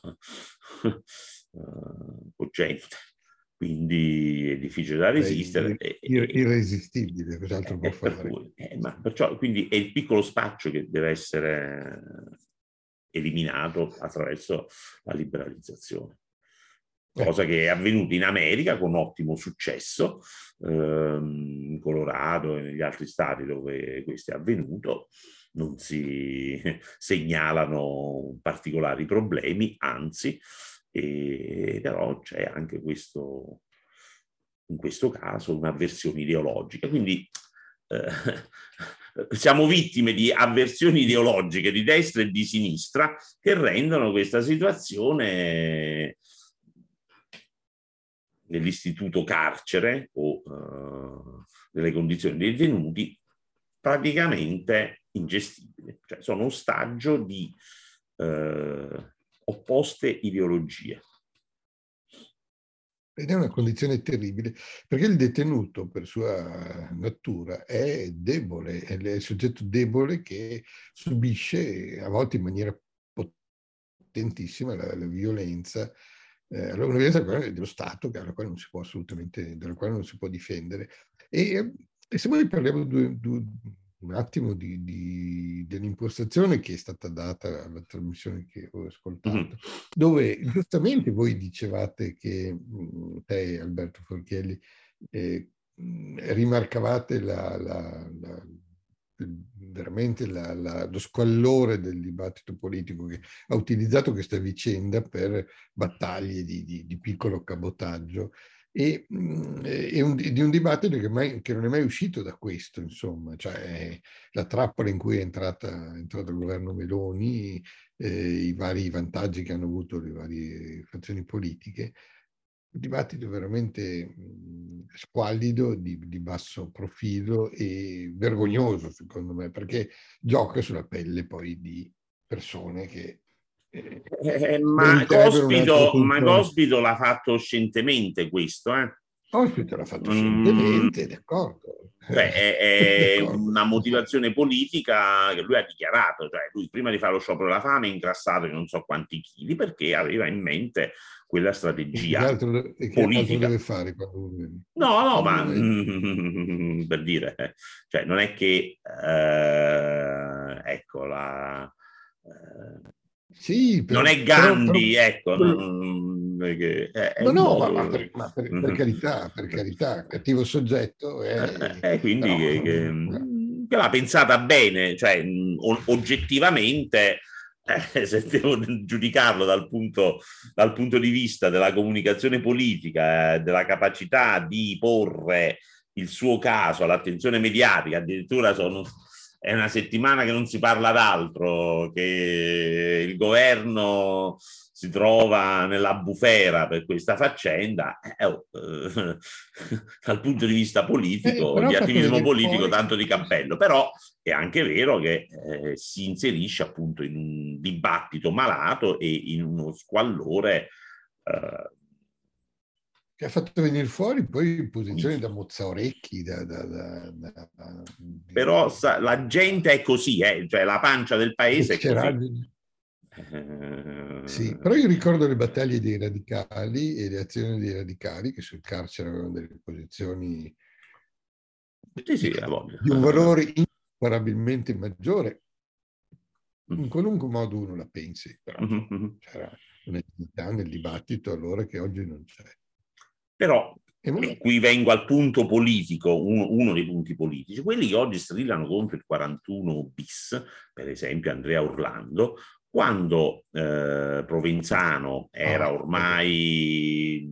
cogente, quindi è difficile da resistere. Irresistibile, cos'altro può fare? Perciò, quindi è il piccolo spaccio che deve essere eliminato attraverso la liberalizzazione. Cosa che è avvenuta in America con ottimo successo, in Colorado e negli altri stati dove questo è avvenuto non si segnalano particolari problemi, anzi, però c'è anche questo, in questo caso, un'avversione ideologica. Quindi siamo vittime di avversioni ideologiche di destra e di sinistra che rendono questa situazione nell'istituto carcere o nelle condizioni dei detenuti praticamente ingestibile. Cioè sono ostaggio di opposte ideologie. Ed è una condizione terribile, perché il detenuto, per sua natura, è debole, è il soggetto debole che subisce, a volte in maniera potentissima, la violenza, una violenza dello Stato, dalla quale non si può assolutamente, dalla quale non si può difendere. E se noi parliamo un attimo dell'impostazione che è stata data alla trasmissione che ho ascoltato, dove giustamente voi dicevate che te, Alberto Forchielli, rimarcavate veramente lo squallore del dibattito politico che ha utilizzato questa vicenda per battaglie di piccolo cabotaggio e di un dibattito che non è mai uscito da questo, insomma, cioè la trappola in cui è entrato il governo Meloni, i vari vantaggi che hanno avuto le varie fazioni politiche. Un dibattito veramente squallido, di basso profilo e vergognoso, secondo me, perché gioca sulla pelle poi di persone che ma Cospito l'ha fatto scientemente questo. Cospito l'ha fatto scientemente, d'accordo. Cioè è una motivazione politica che lui ha dichiarato, cioè lui prima di fare lo sciopero della fame ha incrassato non so quanti chili perché aveva in mente quella strategia che altro deve fare quando... No, ma per dire, cioè non è che ecco sì, non è Gandhi, però, ecco. Ma per carità, cattivo soggetto quindi però, che l'ha pensata bene, cioè oggettivamente, se devo giudicarlo dal punto di vista della comunicazione politica, della capacità di porre il suo caso all'attenzione mediatica, addirittura è una settimana che non si parla d'altro, che il governo si trova nella bufera per questa faccenda, dal punto di vista politico, di attivismo politico, poi... tanto di cappello, però è anche vero che si inserisce appunto in un dibattito malato e in uno squallore che ha fatto venire fuori poi posizioni da mozzaorecchi. Però la gente è così, cioè la pancia del paese è così. Sì, però io ricordo le battaglie dei radicali e le azioni dei radicali che sul carcere avevano delle posizioni di un valore incomparabilmente maggiore. In qualunque modo uno la pensi, però c'era un'entità nel dibattito allora che oggi non c'è. Però qui vengo al punto politico, uno dei punti politici, quelli che oggi strillano contro il 41 bis, per esempio Andrea Orlando, quando Provenzano era ormai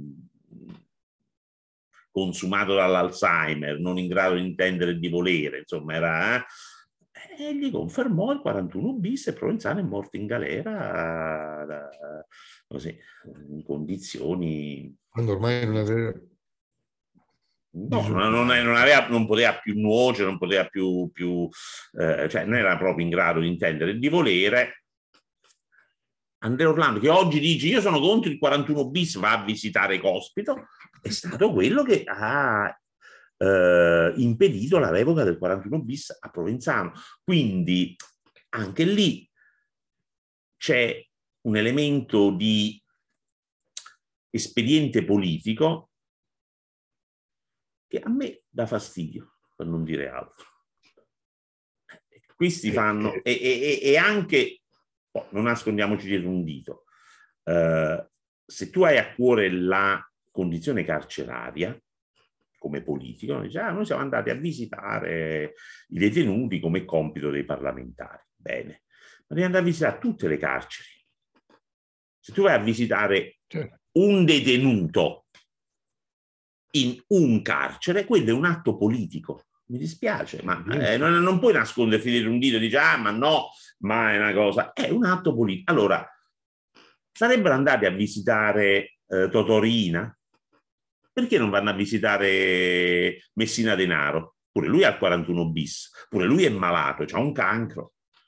consumato dall'Alzheimer, non in grado di intendere e di volere, insomma E gli confermò il 41 bis e Provenzano è morto in galera così, in condizioni... Quando ormai non aveva No, disuguaglianza. non poteva più nuocere, non poteva cioè non era proprio in grado di intendere e di volere. Andrea Orlando, che oggi dice io sono contro il 41 bis, va a visitare Cospito, è stato quello che ha impedito la revoca del 41 bis a Provenzano. Quindi anche lì c'è un elemento di espediente politico che a me dà fastidio, per non dire altro. Questi fanno, e anche, non nascondiamoci dietro un dito, se tu hai a cuore la condizione carceraria, come politico, noi siamo andati a visitare i detenuti come compito dei parlamentari. Bene, ma devi andare a visitare tutte le carceri. Se tu vai a visitare un detenuto in un carcere, quello è un atto politico. Mi dispiace, ma non puoi nasconderti dietro un dito e dici ma no, ma è una cosa, è un atto politico. Allora, sarebbero andati a visitare Totorina? Perché non vanno a visitare Messina Denaro? Pure lui ha il 41 bis, pure lui è malato, c'ha un cancro.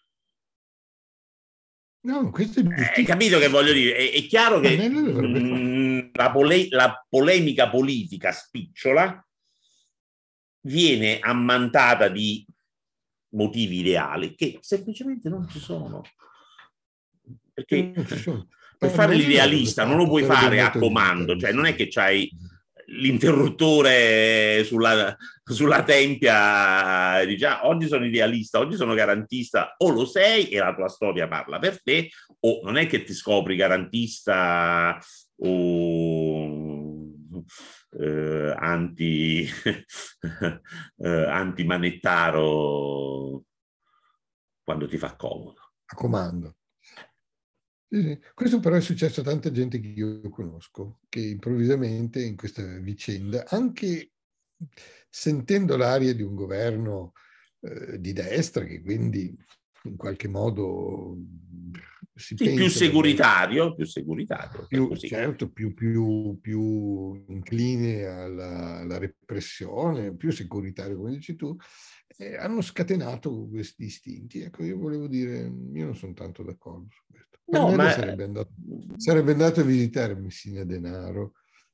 No, questo è giustissimo. Hai capito che voglio dire? È chiaro che la polemica politica spicciola viene ammantata di motivi ideali che semplicemente non ci sono. Perché per fare l'idealista non lo puoi fare a comando, cioè non è che c'hai l'interruttore sulla tempia e dici oggi sono idealista, oggi sono garantista, o lo sei e la tua storia parla per te, o non è che ti scopri garantista o antimanettaro quando ti fa comodo. A comando. Sì. Questo però è successo a tanta gente che io conosco, che improvvisamente in questa vicenda, anche sentendo l'aria di un governo di destra, che quindi in qualche modo si pensa più securitario, certo, più incline alla repressione, più securitario, come dici tu, hanno scatenato questi istinti. Ecco, io volevo dire, io non sono tanto d'accordo su questo. Pannella sarebbe andato a visitare Messina Denaro,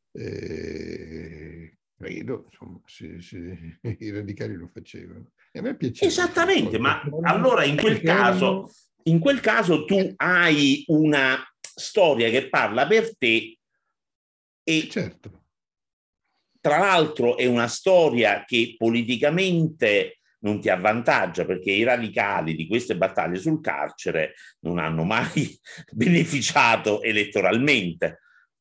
credo, insomma, i radicali lo facevano. E a me piaceva. Esattamente, ma allora in quel caso tu hai una storia che parla per te e certo. Tra l'altro è una storia che politicamente non ti avvantaggia perché i radicali di queste battaglie sul carcere non hanno mai beneficiato elettoralmente.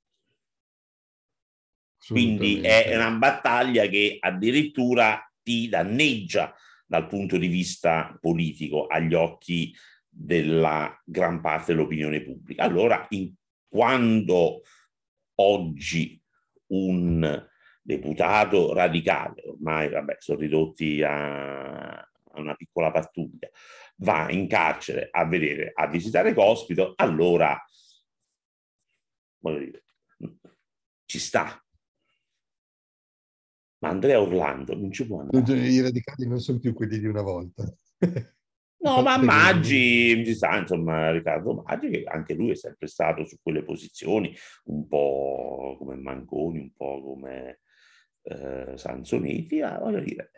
Quindi è una battaglia che addirittura ti danneggia dal punto di vista politico agli occhi della gran parte dell'opinione pubblica. Allora, quando oggi un deputato radicale, ormai sono ridotti a una piccola pattuglia, va in carcere a visitare Cospito, allora voglio dire, ci sta. Ma Andrea Orlando non ci può andare. I radicali non sono più quelli di una volta. No, ma Maggi, ci sta, insomma, Riccardo Maggi, che anche lui è sempre stato su quelle posizioni, un po' come Manconi, un po' come Sansonetti, voglio dire.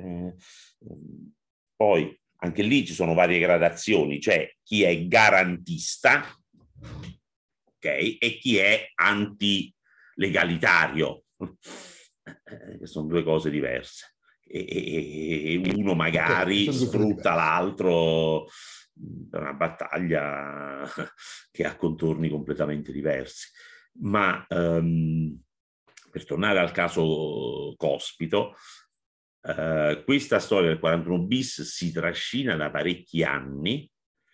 Poi anche lì ci sono varie gradazioni, cioè chi è garantista, ok, e chi è antilegalitario, che sono due cose diverse. E uno magari sfrutta l'altro per una battaglia che ha contorni completamente diversi. Ma per tornare al caso Cospito, questa storia del 41 bis si trascina da parecchi anni,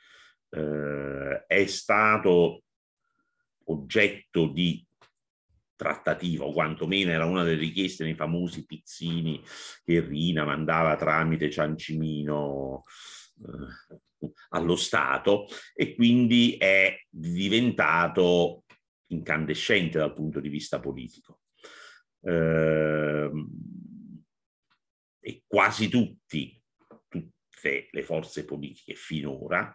è stato oggetto di trattativa, o quantomeno era una delle richieste nei famosi pizzini che Rina mandava tramite Ciancimino allo Stato, e quindi è diventato incandescente dal punto di vista politico. E quasi tutte le forze politiche finora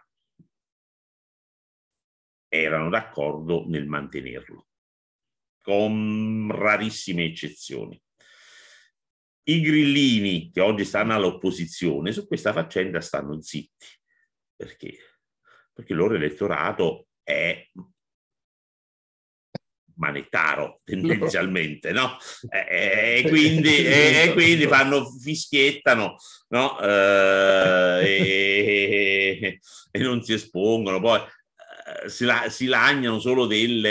erano d'accordo nel mantenerlo, con rarissime eccezioni. I grillini, che oggi stanno all'opposizione, su questa faccenda stanno zitti. Perché? Perché il loro elettorato è manettaro tendenzialmente, no? E quindi fischiettano, no? E non si espongono, poi si lagnano solo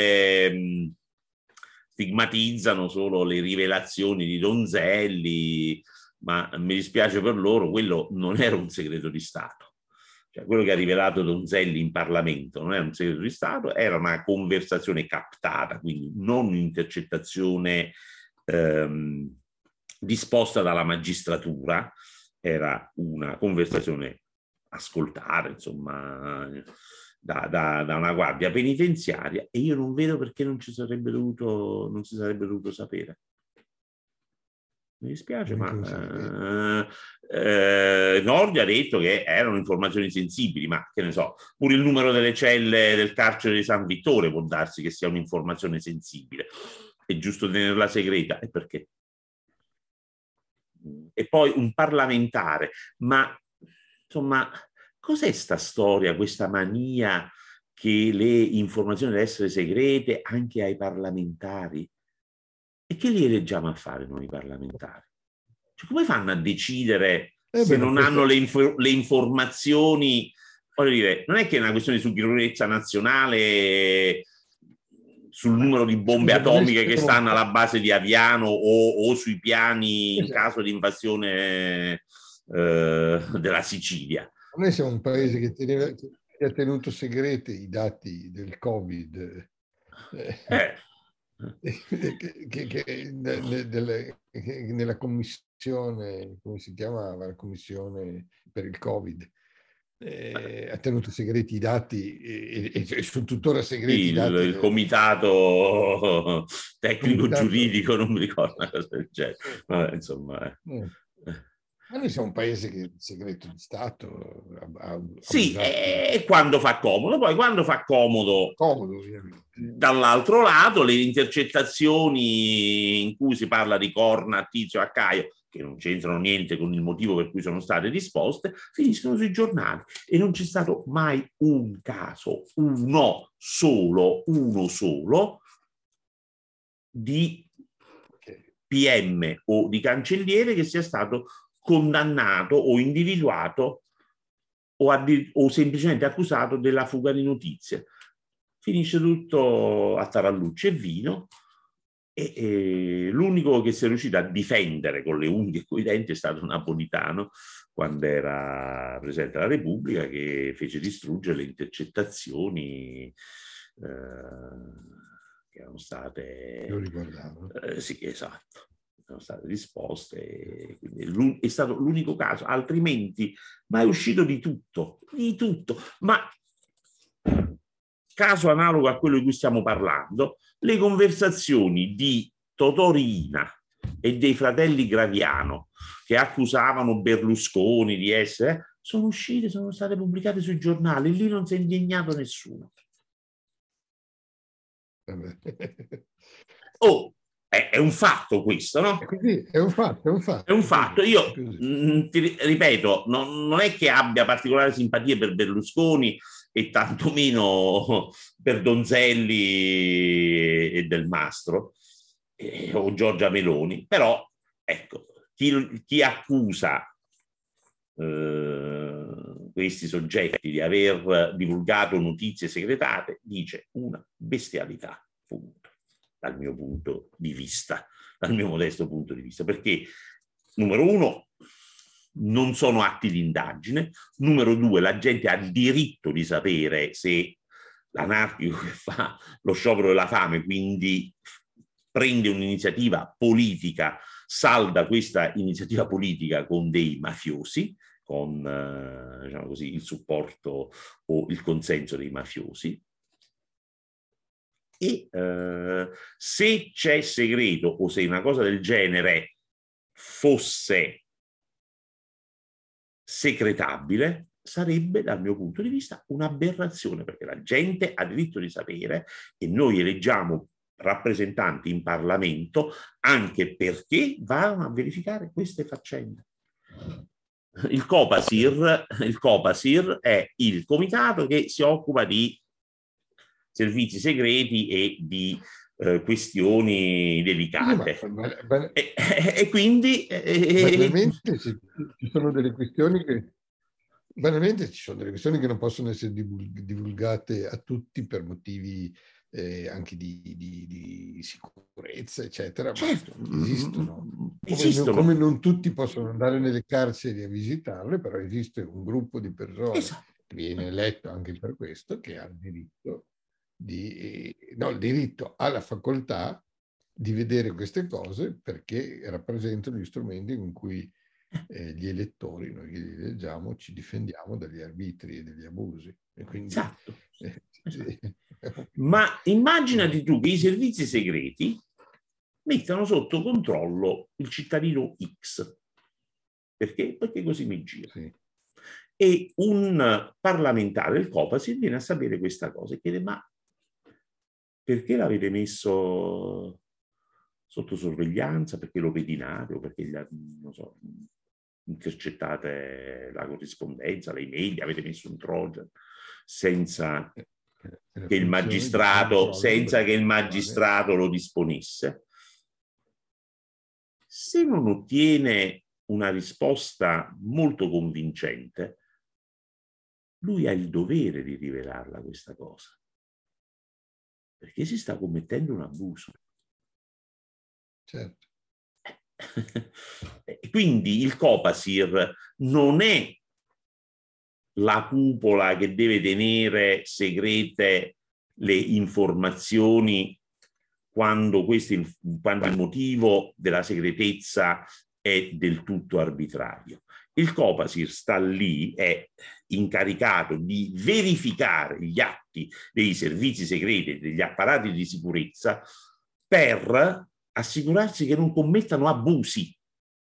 stigmatizzano solo le rivelazioni di Donzelli, ma mi dispiace per loro, quello non era un segreto di Stato. Cioè, quello che ha rivelato Donzelli in Parlamento non era un segreto di Stato, era una conversazione captata, quindi non un'intercettazione disposta dalla magistratura, era una conversazione ascoltata, insomma, da una guardia penitenziaria, e io non vedo perché non si sarebbe dovuto sapere. Mi dispiace, ma Nordi ha detto che erano informazioni sensibili, ma che ne so, pure il numero delle celle del carcere di San Vittore può darsi che sia un'informazione sensibile. È giusto tenerla segreta? E perché? E poi un parlamentare, ma insomma, cos'è sta storia, questa mania che le informazioni devono essere segrete anche ai parlamentari? E che li eleggiamo a fare noi parlamentari? Cioè, come fanno a decidere se non hanno le informazioni? Voglio dire, non è che è una questione di sicurezza nazionale, sul numero di bombe atomiche che stanno alla base di Aviano o sui piani in caso di invasione della Sicilia. Noi siamo un paese che ha tenuto segreti i dati del Covid. Nella commissione, come si chiamava, la commissione per il Covid, ha tenuto segreti i dati e sono tuttora segreti i dati. Il comitato tecnico giuridico, non mi ricordo una cosa del genere. Vabbè, insomma. Ma noi siamo un paese che il segreto di Stato sì, quando fa comodo, poi quando fa comodo dall'altro lato le intercettazioni in cui si parla di corna a Tizio a Caio, che non c'entrano niente con il motivo per cui sono state disposte, finiscono sui giornali, e non c'è stato mai un caso, uno solo di PM o di cancelliere che sia stato condannato o individuato o semplicemente accusato della fuga di notizie. Finisce tutto a tarallucce e vino, e l'unico che si è riuscito a difendere con le unghie e coi denti è stato Napolitano, quando era Presidente della Repubblica, che fece distruggere le intercettazioni che erano state... Lo ricordavo. Sì, esatto. Sono state disposte, quindi è stato l'unico caso, altrimenti ma è uscito di tutto, ma caso analogo a quello di cui stiamo parlando, le conversazioni di Totò Riina e dei fratelli Graviano, che accusavano Berlusconi di essere, sono uscite, sono state pubblicate sui giornali, lì non si è indignato nessuno. È un fatto questo, no? È un fatto. È un fatto. Io ti ripeto, non è che abbia particolare simpatia per Berlusconi e tantomeno per Donzelli e Del Mastro o Giorgia Meloni, però ecco, chi accusa questi soggetti di aver divulgato notizie segretate dice una bestialità, punto. Dal mio punto di vista, dal mio modesto punto di vista, perché numero uno non sono atti di indagine, numero due la gente ha il diritto di sapere se l'anarchico che fa lo sciopero della fame, quindi prende un'iniziativa politica, salda questa iniziativa politica con dei mafiosi, con diciamo così, il supporto o il consenso dei mafiosi. E se c'è segreto o se una cosa del genere fosse secretabile, sarebbe dal mio punto di vista un'aberrazione, perché la gente ha diritto di sapere e noi eleggiamo rappresentanti in Parlamento anche perché vanno a verificare queste faccende. Il Copasir è il comitato che si occupa di servizi segreti e di questioni delicate. E quindi banalmente ci sono delle questioni che non possono essere divulgate a tutti per motivi anche di sicurezza, eccetera, certo, ma esistono. Esistono. Come non tutti possono andare nelle carceri a visitarle, però esiste un gruppo di persone che viene eletto anche per questo, che ha il diritto il diritto alla facoltà di vedere queste cose perché rappresentano gli strumenti con cui gli elettori, noi che li eleggiamo, ci difendiamo dagli arbitri e dagli abusi. E quindi, esatto. Ma immaginati tu che i servizi segreti mettano sotto controllo il cittadino X. Perché? Perché così mi gira. Sì. E un parlamentare del Copasir viene a sapere questa cosa e chiede: ma perché l'avete messo sotto sorveglianza? Perché lo pedinate o perché non so, intercettate la corrispondenza, le email, avete messo un trojan senza che il magistrato lo disponesse? Se non ottiene una risposta molto convincente, lui ha il dovere di rivelarla questa cosa, perché si sta commettendo un abuso. Certo. Quindi il Copasir non è la cupola che deve tenere segrete le informazioni quando il motivo della segretezza è del tutto arbitrario. Il Copasir sta lì, è incaricato di verificare gli atti dei servizi segreti e degli apparati di sicurezza per assicurarsi che non commettano abusi.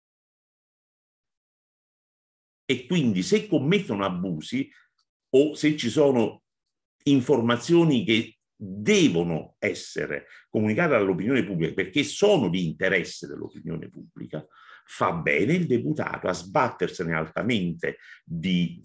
E quindi se commettono abusi o se ci sono informazioni che devono essere comunicate all'opinione pubblica perché sono di interesse dell'opinione pubblica, fa bene il deputato a sbattersene altamente di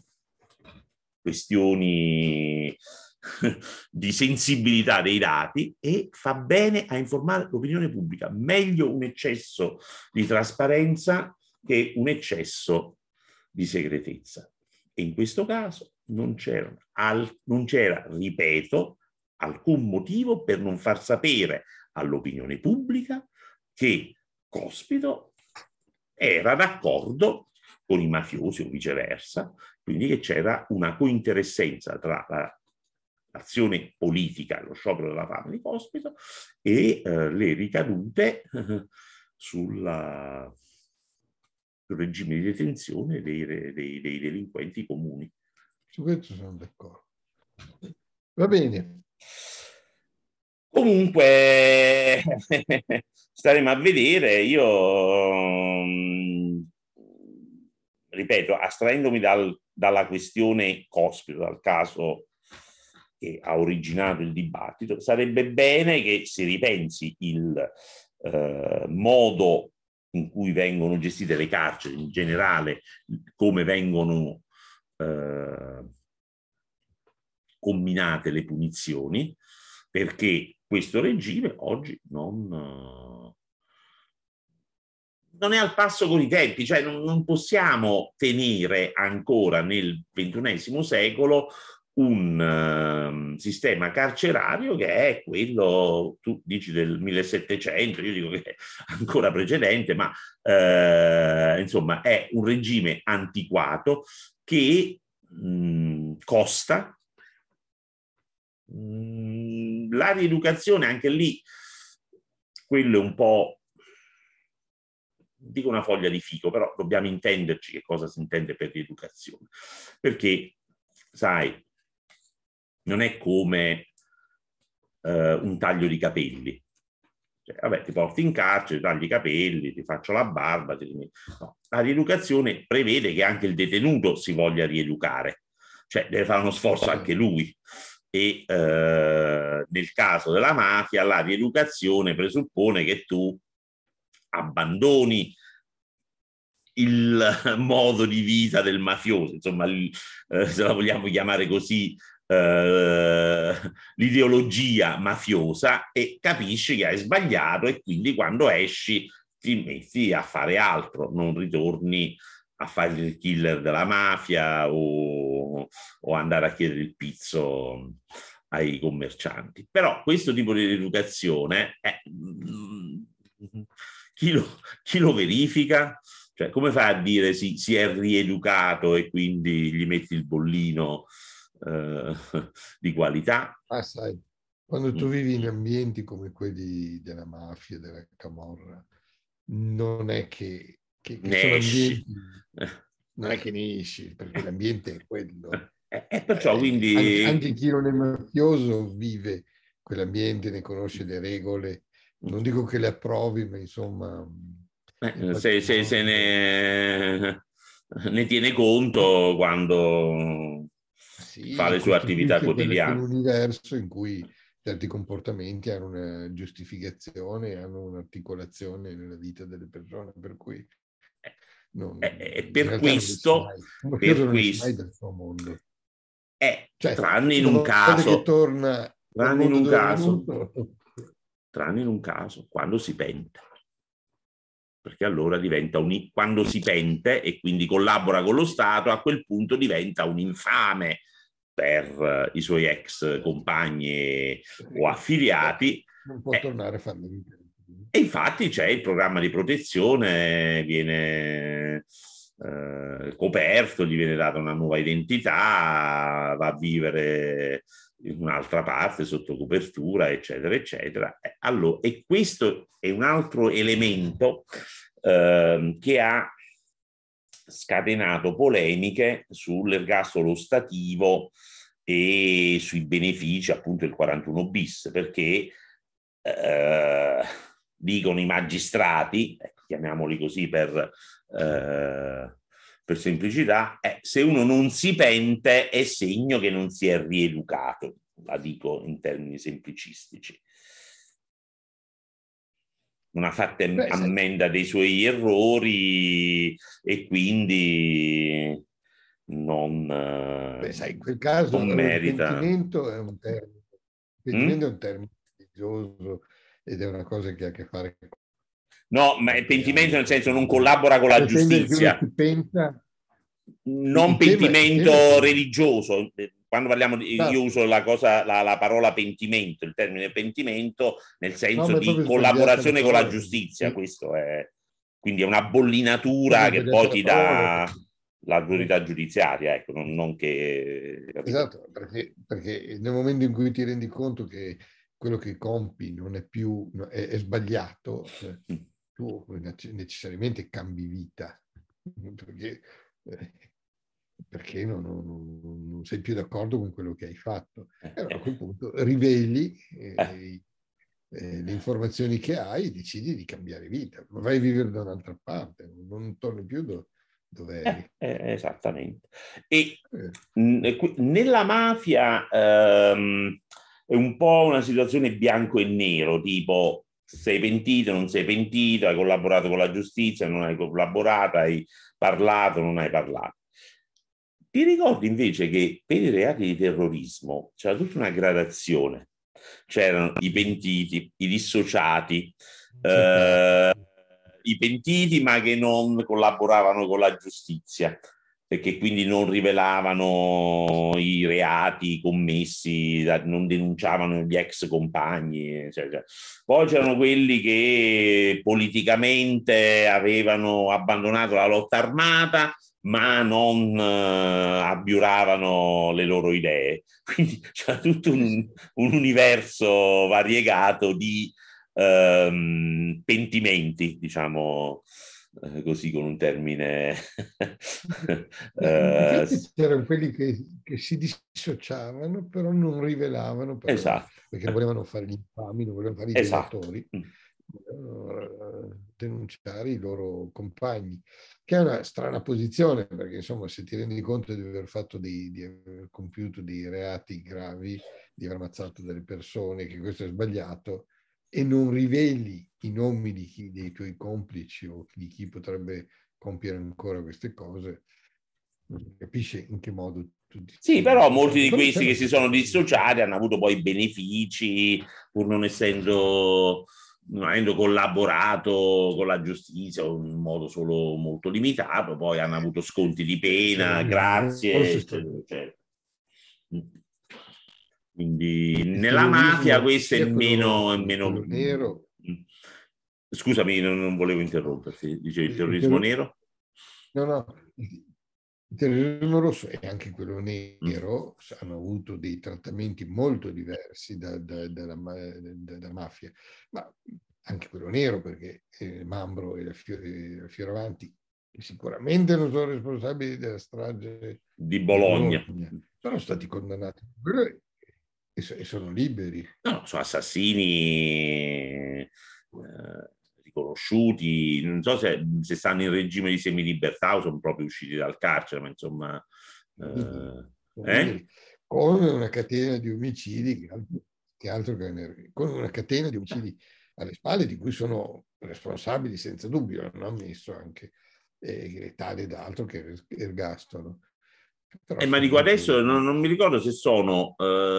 questioni di sensibilità dei dati e fa bene a informare l'opinione pubblica. Meglio un eccesso di trasparenza che un eccesso di segretezza. E in questo caso non c'era, ripeto, alcun motivo per non far sapere all'opinione pubblica che Cospito era d'accordo con i mafiosi o viceversa, quindi che c'era una cointeressenza tra l'azione politica, lo sciopero della fame di Cospito e le ricadute sul regime di detenzione dei delinquenti comuni. Su questo sono d'accordo. Va bene. Comunque staremo a vedere. Io ripeto, astraendomi dalla questione Cospito, dal caso che ha originato il dibattito, sarebbe bene che si ripensi il modo in cui vengono gestite le carceri, in generale come vengono combinate le punizioni, perché questo regime oggi non è al passo con i tempi, cioè non possiamo tenere ancora nel XXI secolo un sistema carcerario che è quello, tu dici del 1700, io dico che è ancora precedente, ma insomma è un regime antiquato che costa. La rieducazione anche lì, quello è un po' dico una foglia di fico, però dobbiamo intenderci che cosa si intende per rieducazione. Perché, sai, non è come un taglio di capelli. Cioè, vabbè, ti porti in carcere, tagli i capelli, ti faccio la barba. No. La rieducazione prevede che anche il detenuto si voglia rieducare, cioè deve fare uno sforzo anche lui. E nel caso della mafia la rieducazione presuppone che tu abbandoni il modo di vita del mafioso, insomma, se la vogliamo chiamare così, l'ideologia mafiosa, e capisci che hai sbagliato, e quindi quando esci ti metti a fare altro, non ritorni a fare il killer della mafia o andare a chiedere il pizzo ai commercianti. Però questo tipo di rieducazione chi lo verifica? Cioè, come fa a dire si è rieducato e quindi gli metti il bollino di qualità? Sai, quando tu vivi in ambienti come quelli della mafia, della camorra, non è che sono ambienti, non è che ne esci, perché l'ambiente è quello. E perciò quindi... Anche chi non è mafioso vive quell'ambiente, ne conosce le regole. Non dico che le approvi, ma insomma... se ne tiene conto quando fa le sue attività quotidiane. Un universo in cui certi comportamenti hanno una giustificazione, hanno un'articolazione nella vita delle persone, per cui per questo non esce mai dal suo mondo. Cioè, tranne in un caso, che torna tranne in un caso, quando si pente. Perché allora diventa quando si pente e quindi collabora con lo Stato, a quel punto diventa un infame per i suoi ex compagni o affiliati. Non può tornare a farlo. E infatti c'è il programma di protezione, viene coperto, gli viene data una nuova identità, va a vivere in un'altra parte sotto copertura, eccetera, eccetera. Allora, e questo è un altro elemento che ha scatenato polemiche sull'ergastolo ostativo e sui benefici appunto del 41 bis, perché dicono i magistrati, chiamiamoli così per semplicità, se uno non si pente è segno che non si è rieducato, la dico in termini semplicistici. Non ha fatto ammenda dei suoi errori e quindi non, sai, in quel caso non merita. Il pentimento è un termine. Il pentimento è un termine religioso ed è una cosa che ha a che fare con... No, ma il pentimento nel senso non collabora con la giustizia. Non pentimento religioso. Quando parliamo di, io uso la parola pentimento, il termine pentimento nel senso di collaborazione con la giustizia. Questo è, quindi è una bollinatura che poi ti dà l'autorità giudiziaria, ecco, non che... Esatto, perché nel momento in cui ti rendi conto che quello che compi non è più, è sbagliato, tu necessariamente cambi vita, perché non sei più d'accordo con quello che hai fatto. E allora a quel punto riveli le informazioni che hai e decidi di cambiare vita, ma vai a vivere da un'altra parte, non torni più dove eri. Esattamente. E nella mafia è un po' una situazione bianco e nero, tipo sei pentito, non sei pentito, hai collaborato con la giustizia, non hai collaborato, hai parlato, non hai parlato. Ti ricordi invece che per i reati di terrorismo c'era tutta una gradazione? C'erano i pentiti, i dissociati, i pentiti ma che non collaboravano con la giustizia, perché quindi non rivelavano i reati commessi, non denunciavano gli ex compagni, eccetera. Poi c'erano quelli che politicamente avevano abbandonato la lotta armata, ma non abiuravano le loro idee. Quindi c'è tutto un universo variegato di pentimenti, diciamo, così con un termine. In effetti c'erano quelli che si dissociavano, però non rivelavano, Esatto, perché non volevano fare gli infami, non volevano fare i esatto. delatori, volevano denunciare i loro compagni, che è una strana posizione, perché insomma se ti rendi conto di aver fatto di aver compiuto dei reati gravi, di aver ammazzato delle persone, che questo è sbagliato, e non riveli i nomi dei tuoi complici o di chi potrebbe compiere ancora queste cose, non capisce in che modo tu ti Sì, stai però molti dissociando. di Però questi c'erano che si queste sono cose. dissociati hanno avuto poi benefici, pur non avendo collaborato con la giustizia in modo solo molto limitato, poi hanno avuto sconti di pena, grazie, Forse eccetera, eccetera. Quindi il nella mafia terrorismo, questo è sia il meno, è meno. quello nero, Scusami, non volevo interromperti. Dicevi il il terrorismo terro- nero? no, no, il terrorismo rosso e anche quello Mm. nero hanno avuto dei trattamenti molto diversi dalla mafia, ma anche quello nero, perché Mambro e la Fioravanti sicuramente non sono responsabili della strage Di di Bologna. Bologna, sono stati condannati e sono liberi. No, sono assassini riconosciuti, non so se stanno in regime di semilibertà o sono proprio usciti dal carcere, ma insomma. Liberi, sono Eh? liberi, con una catena di omicidi con una catena di omicidi alle spalle di cui sono responsabili senza dubbio, hanno ammesso anche tale ed altro che ergastolo. Però Ma sono dico adesso liberi. non mi ricordo se sono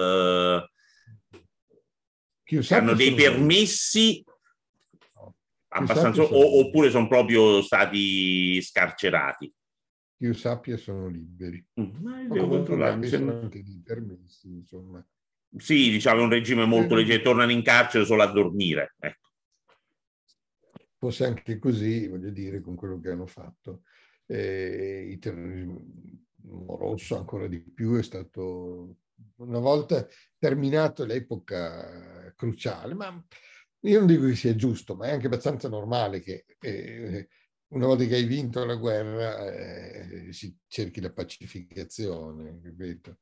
Che io se hanno sappia dei sono liberi. permessi No. Che io abbastanza sappia sono liberi. oppure sono proprio stati scarcerati. Che io sappia sono liberi. Ma O devo comunque controllare, abbiamo mi messo sembra. anche dei permessi, insomma. Sì, diciamo è un regime molto leggero, tornano in carcere solo a dormire. Ecco. Fosse anche così, voglio dire, con quello che hanno fatto. Il terrorismo rosso ancora di più è stato, una volta terminato l'epoca cruciale, ma io non dico che sia giusto, ma è anche abbastanza normale che una volta che hai vinto la guerra si cerchi la pacificazione, ripeto.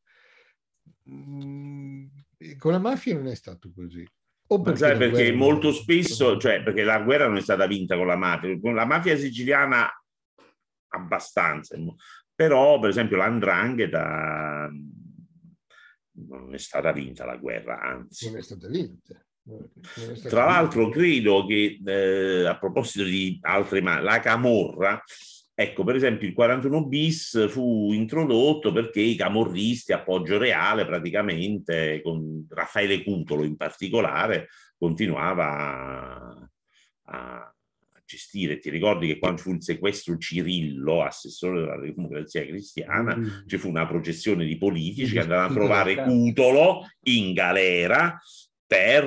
Con la mafia non è stato così. O Ma perché sai la perché guerra non molto era spesso, cioè perché la guerra non è stata vinta con la mafia, con la mafia siciliana abbastanza, però per esempio l'Andrangheta non è stata vinta la guerra, anzi. non è stata vinta. Non è stata Tra vinta. l'altro credo che a proposito di altre la Camorra, ecco per esempio il 41 bis fu introdotto perché i camorristi a Poggio Reale praticamente, con Raffaele Cutolo in particolare, continuava a gestire. Ti ricordi che quando fu il sequestro Cirillo, assessore della Democrazia Cristiana, ci fu una processione di politici che andarono a Distrutto dal trovare carcere. Cutolo in galera per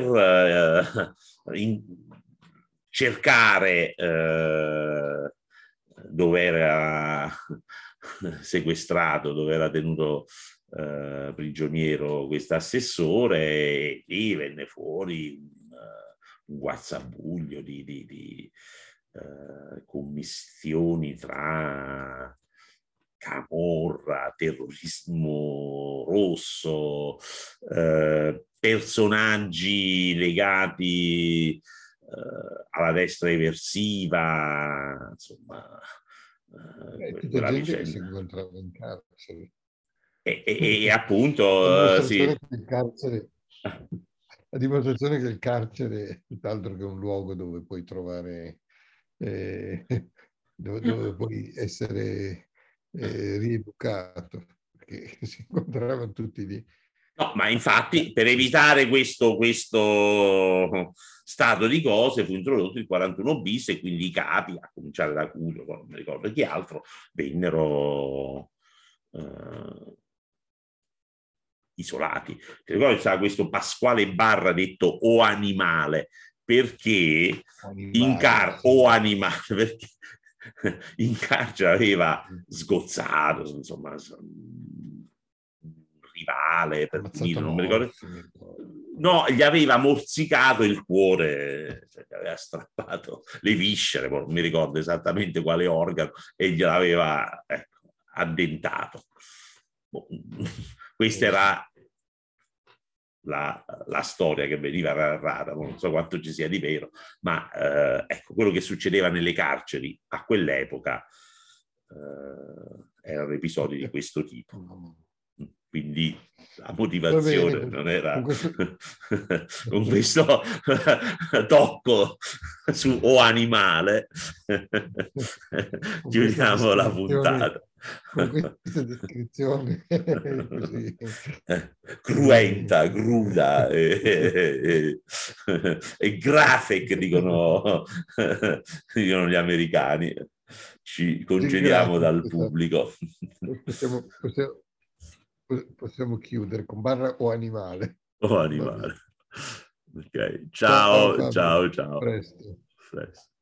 cercare dove era sequestrato, dove era tenuto prigioniero questo assessore, e lì venne fuori un guazzabuglio di commistioni tra camorra, terrorismo rosso, personaggi legati alla destra eversiva, insomma, Tutta quella gente che si vicenda. incontrava in carcere. E A appunto, sì. dimostrazione che il carcere, a dimostrazione che il carcere è tutt'altro che un luogo dove puoi trovare, eh, dove puoi essere rieducato, perché si incontravano tutti lì. No, ma infatti per evitare questo stato di cose fu introdotto il 41 bis e quindi i capi, a cominciare da Cutolo, non mi ricordo chi altro, vennero isolati. Ti ricordi che c'era questo Pasquale Barra detto o animale, perché Animale, o sì. animale, perché in carcere aveva sgozzato, insomma, rivale, per punire, non mi ricordo. Mi ricordo. No, gli aveva morsicato il cuore, cioè gli aveva strappato le viscere, non mi ricordo esattamente quale organo, e gliel'aveva addentato. Questa era la storia che veniva narrata, non so quanto ci sia di vero, ma ecco, quello che succedeva nelle carceri a quell'epoca erano episodi di questo tipo. Quindi la motivazione non era con questo tocco su o animale. Chiudiamo la puntata. Con questa descrizione così cruenta, cruda e graphic, dicono gli americani. Ci congediamo dal pubblico. Possiamo chiudere con barra o animale. O animale. Ok, ciao, ciao, ciao. Presto. Presto.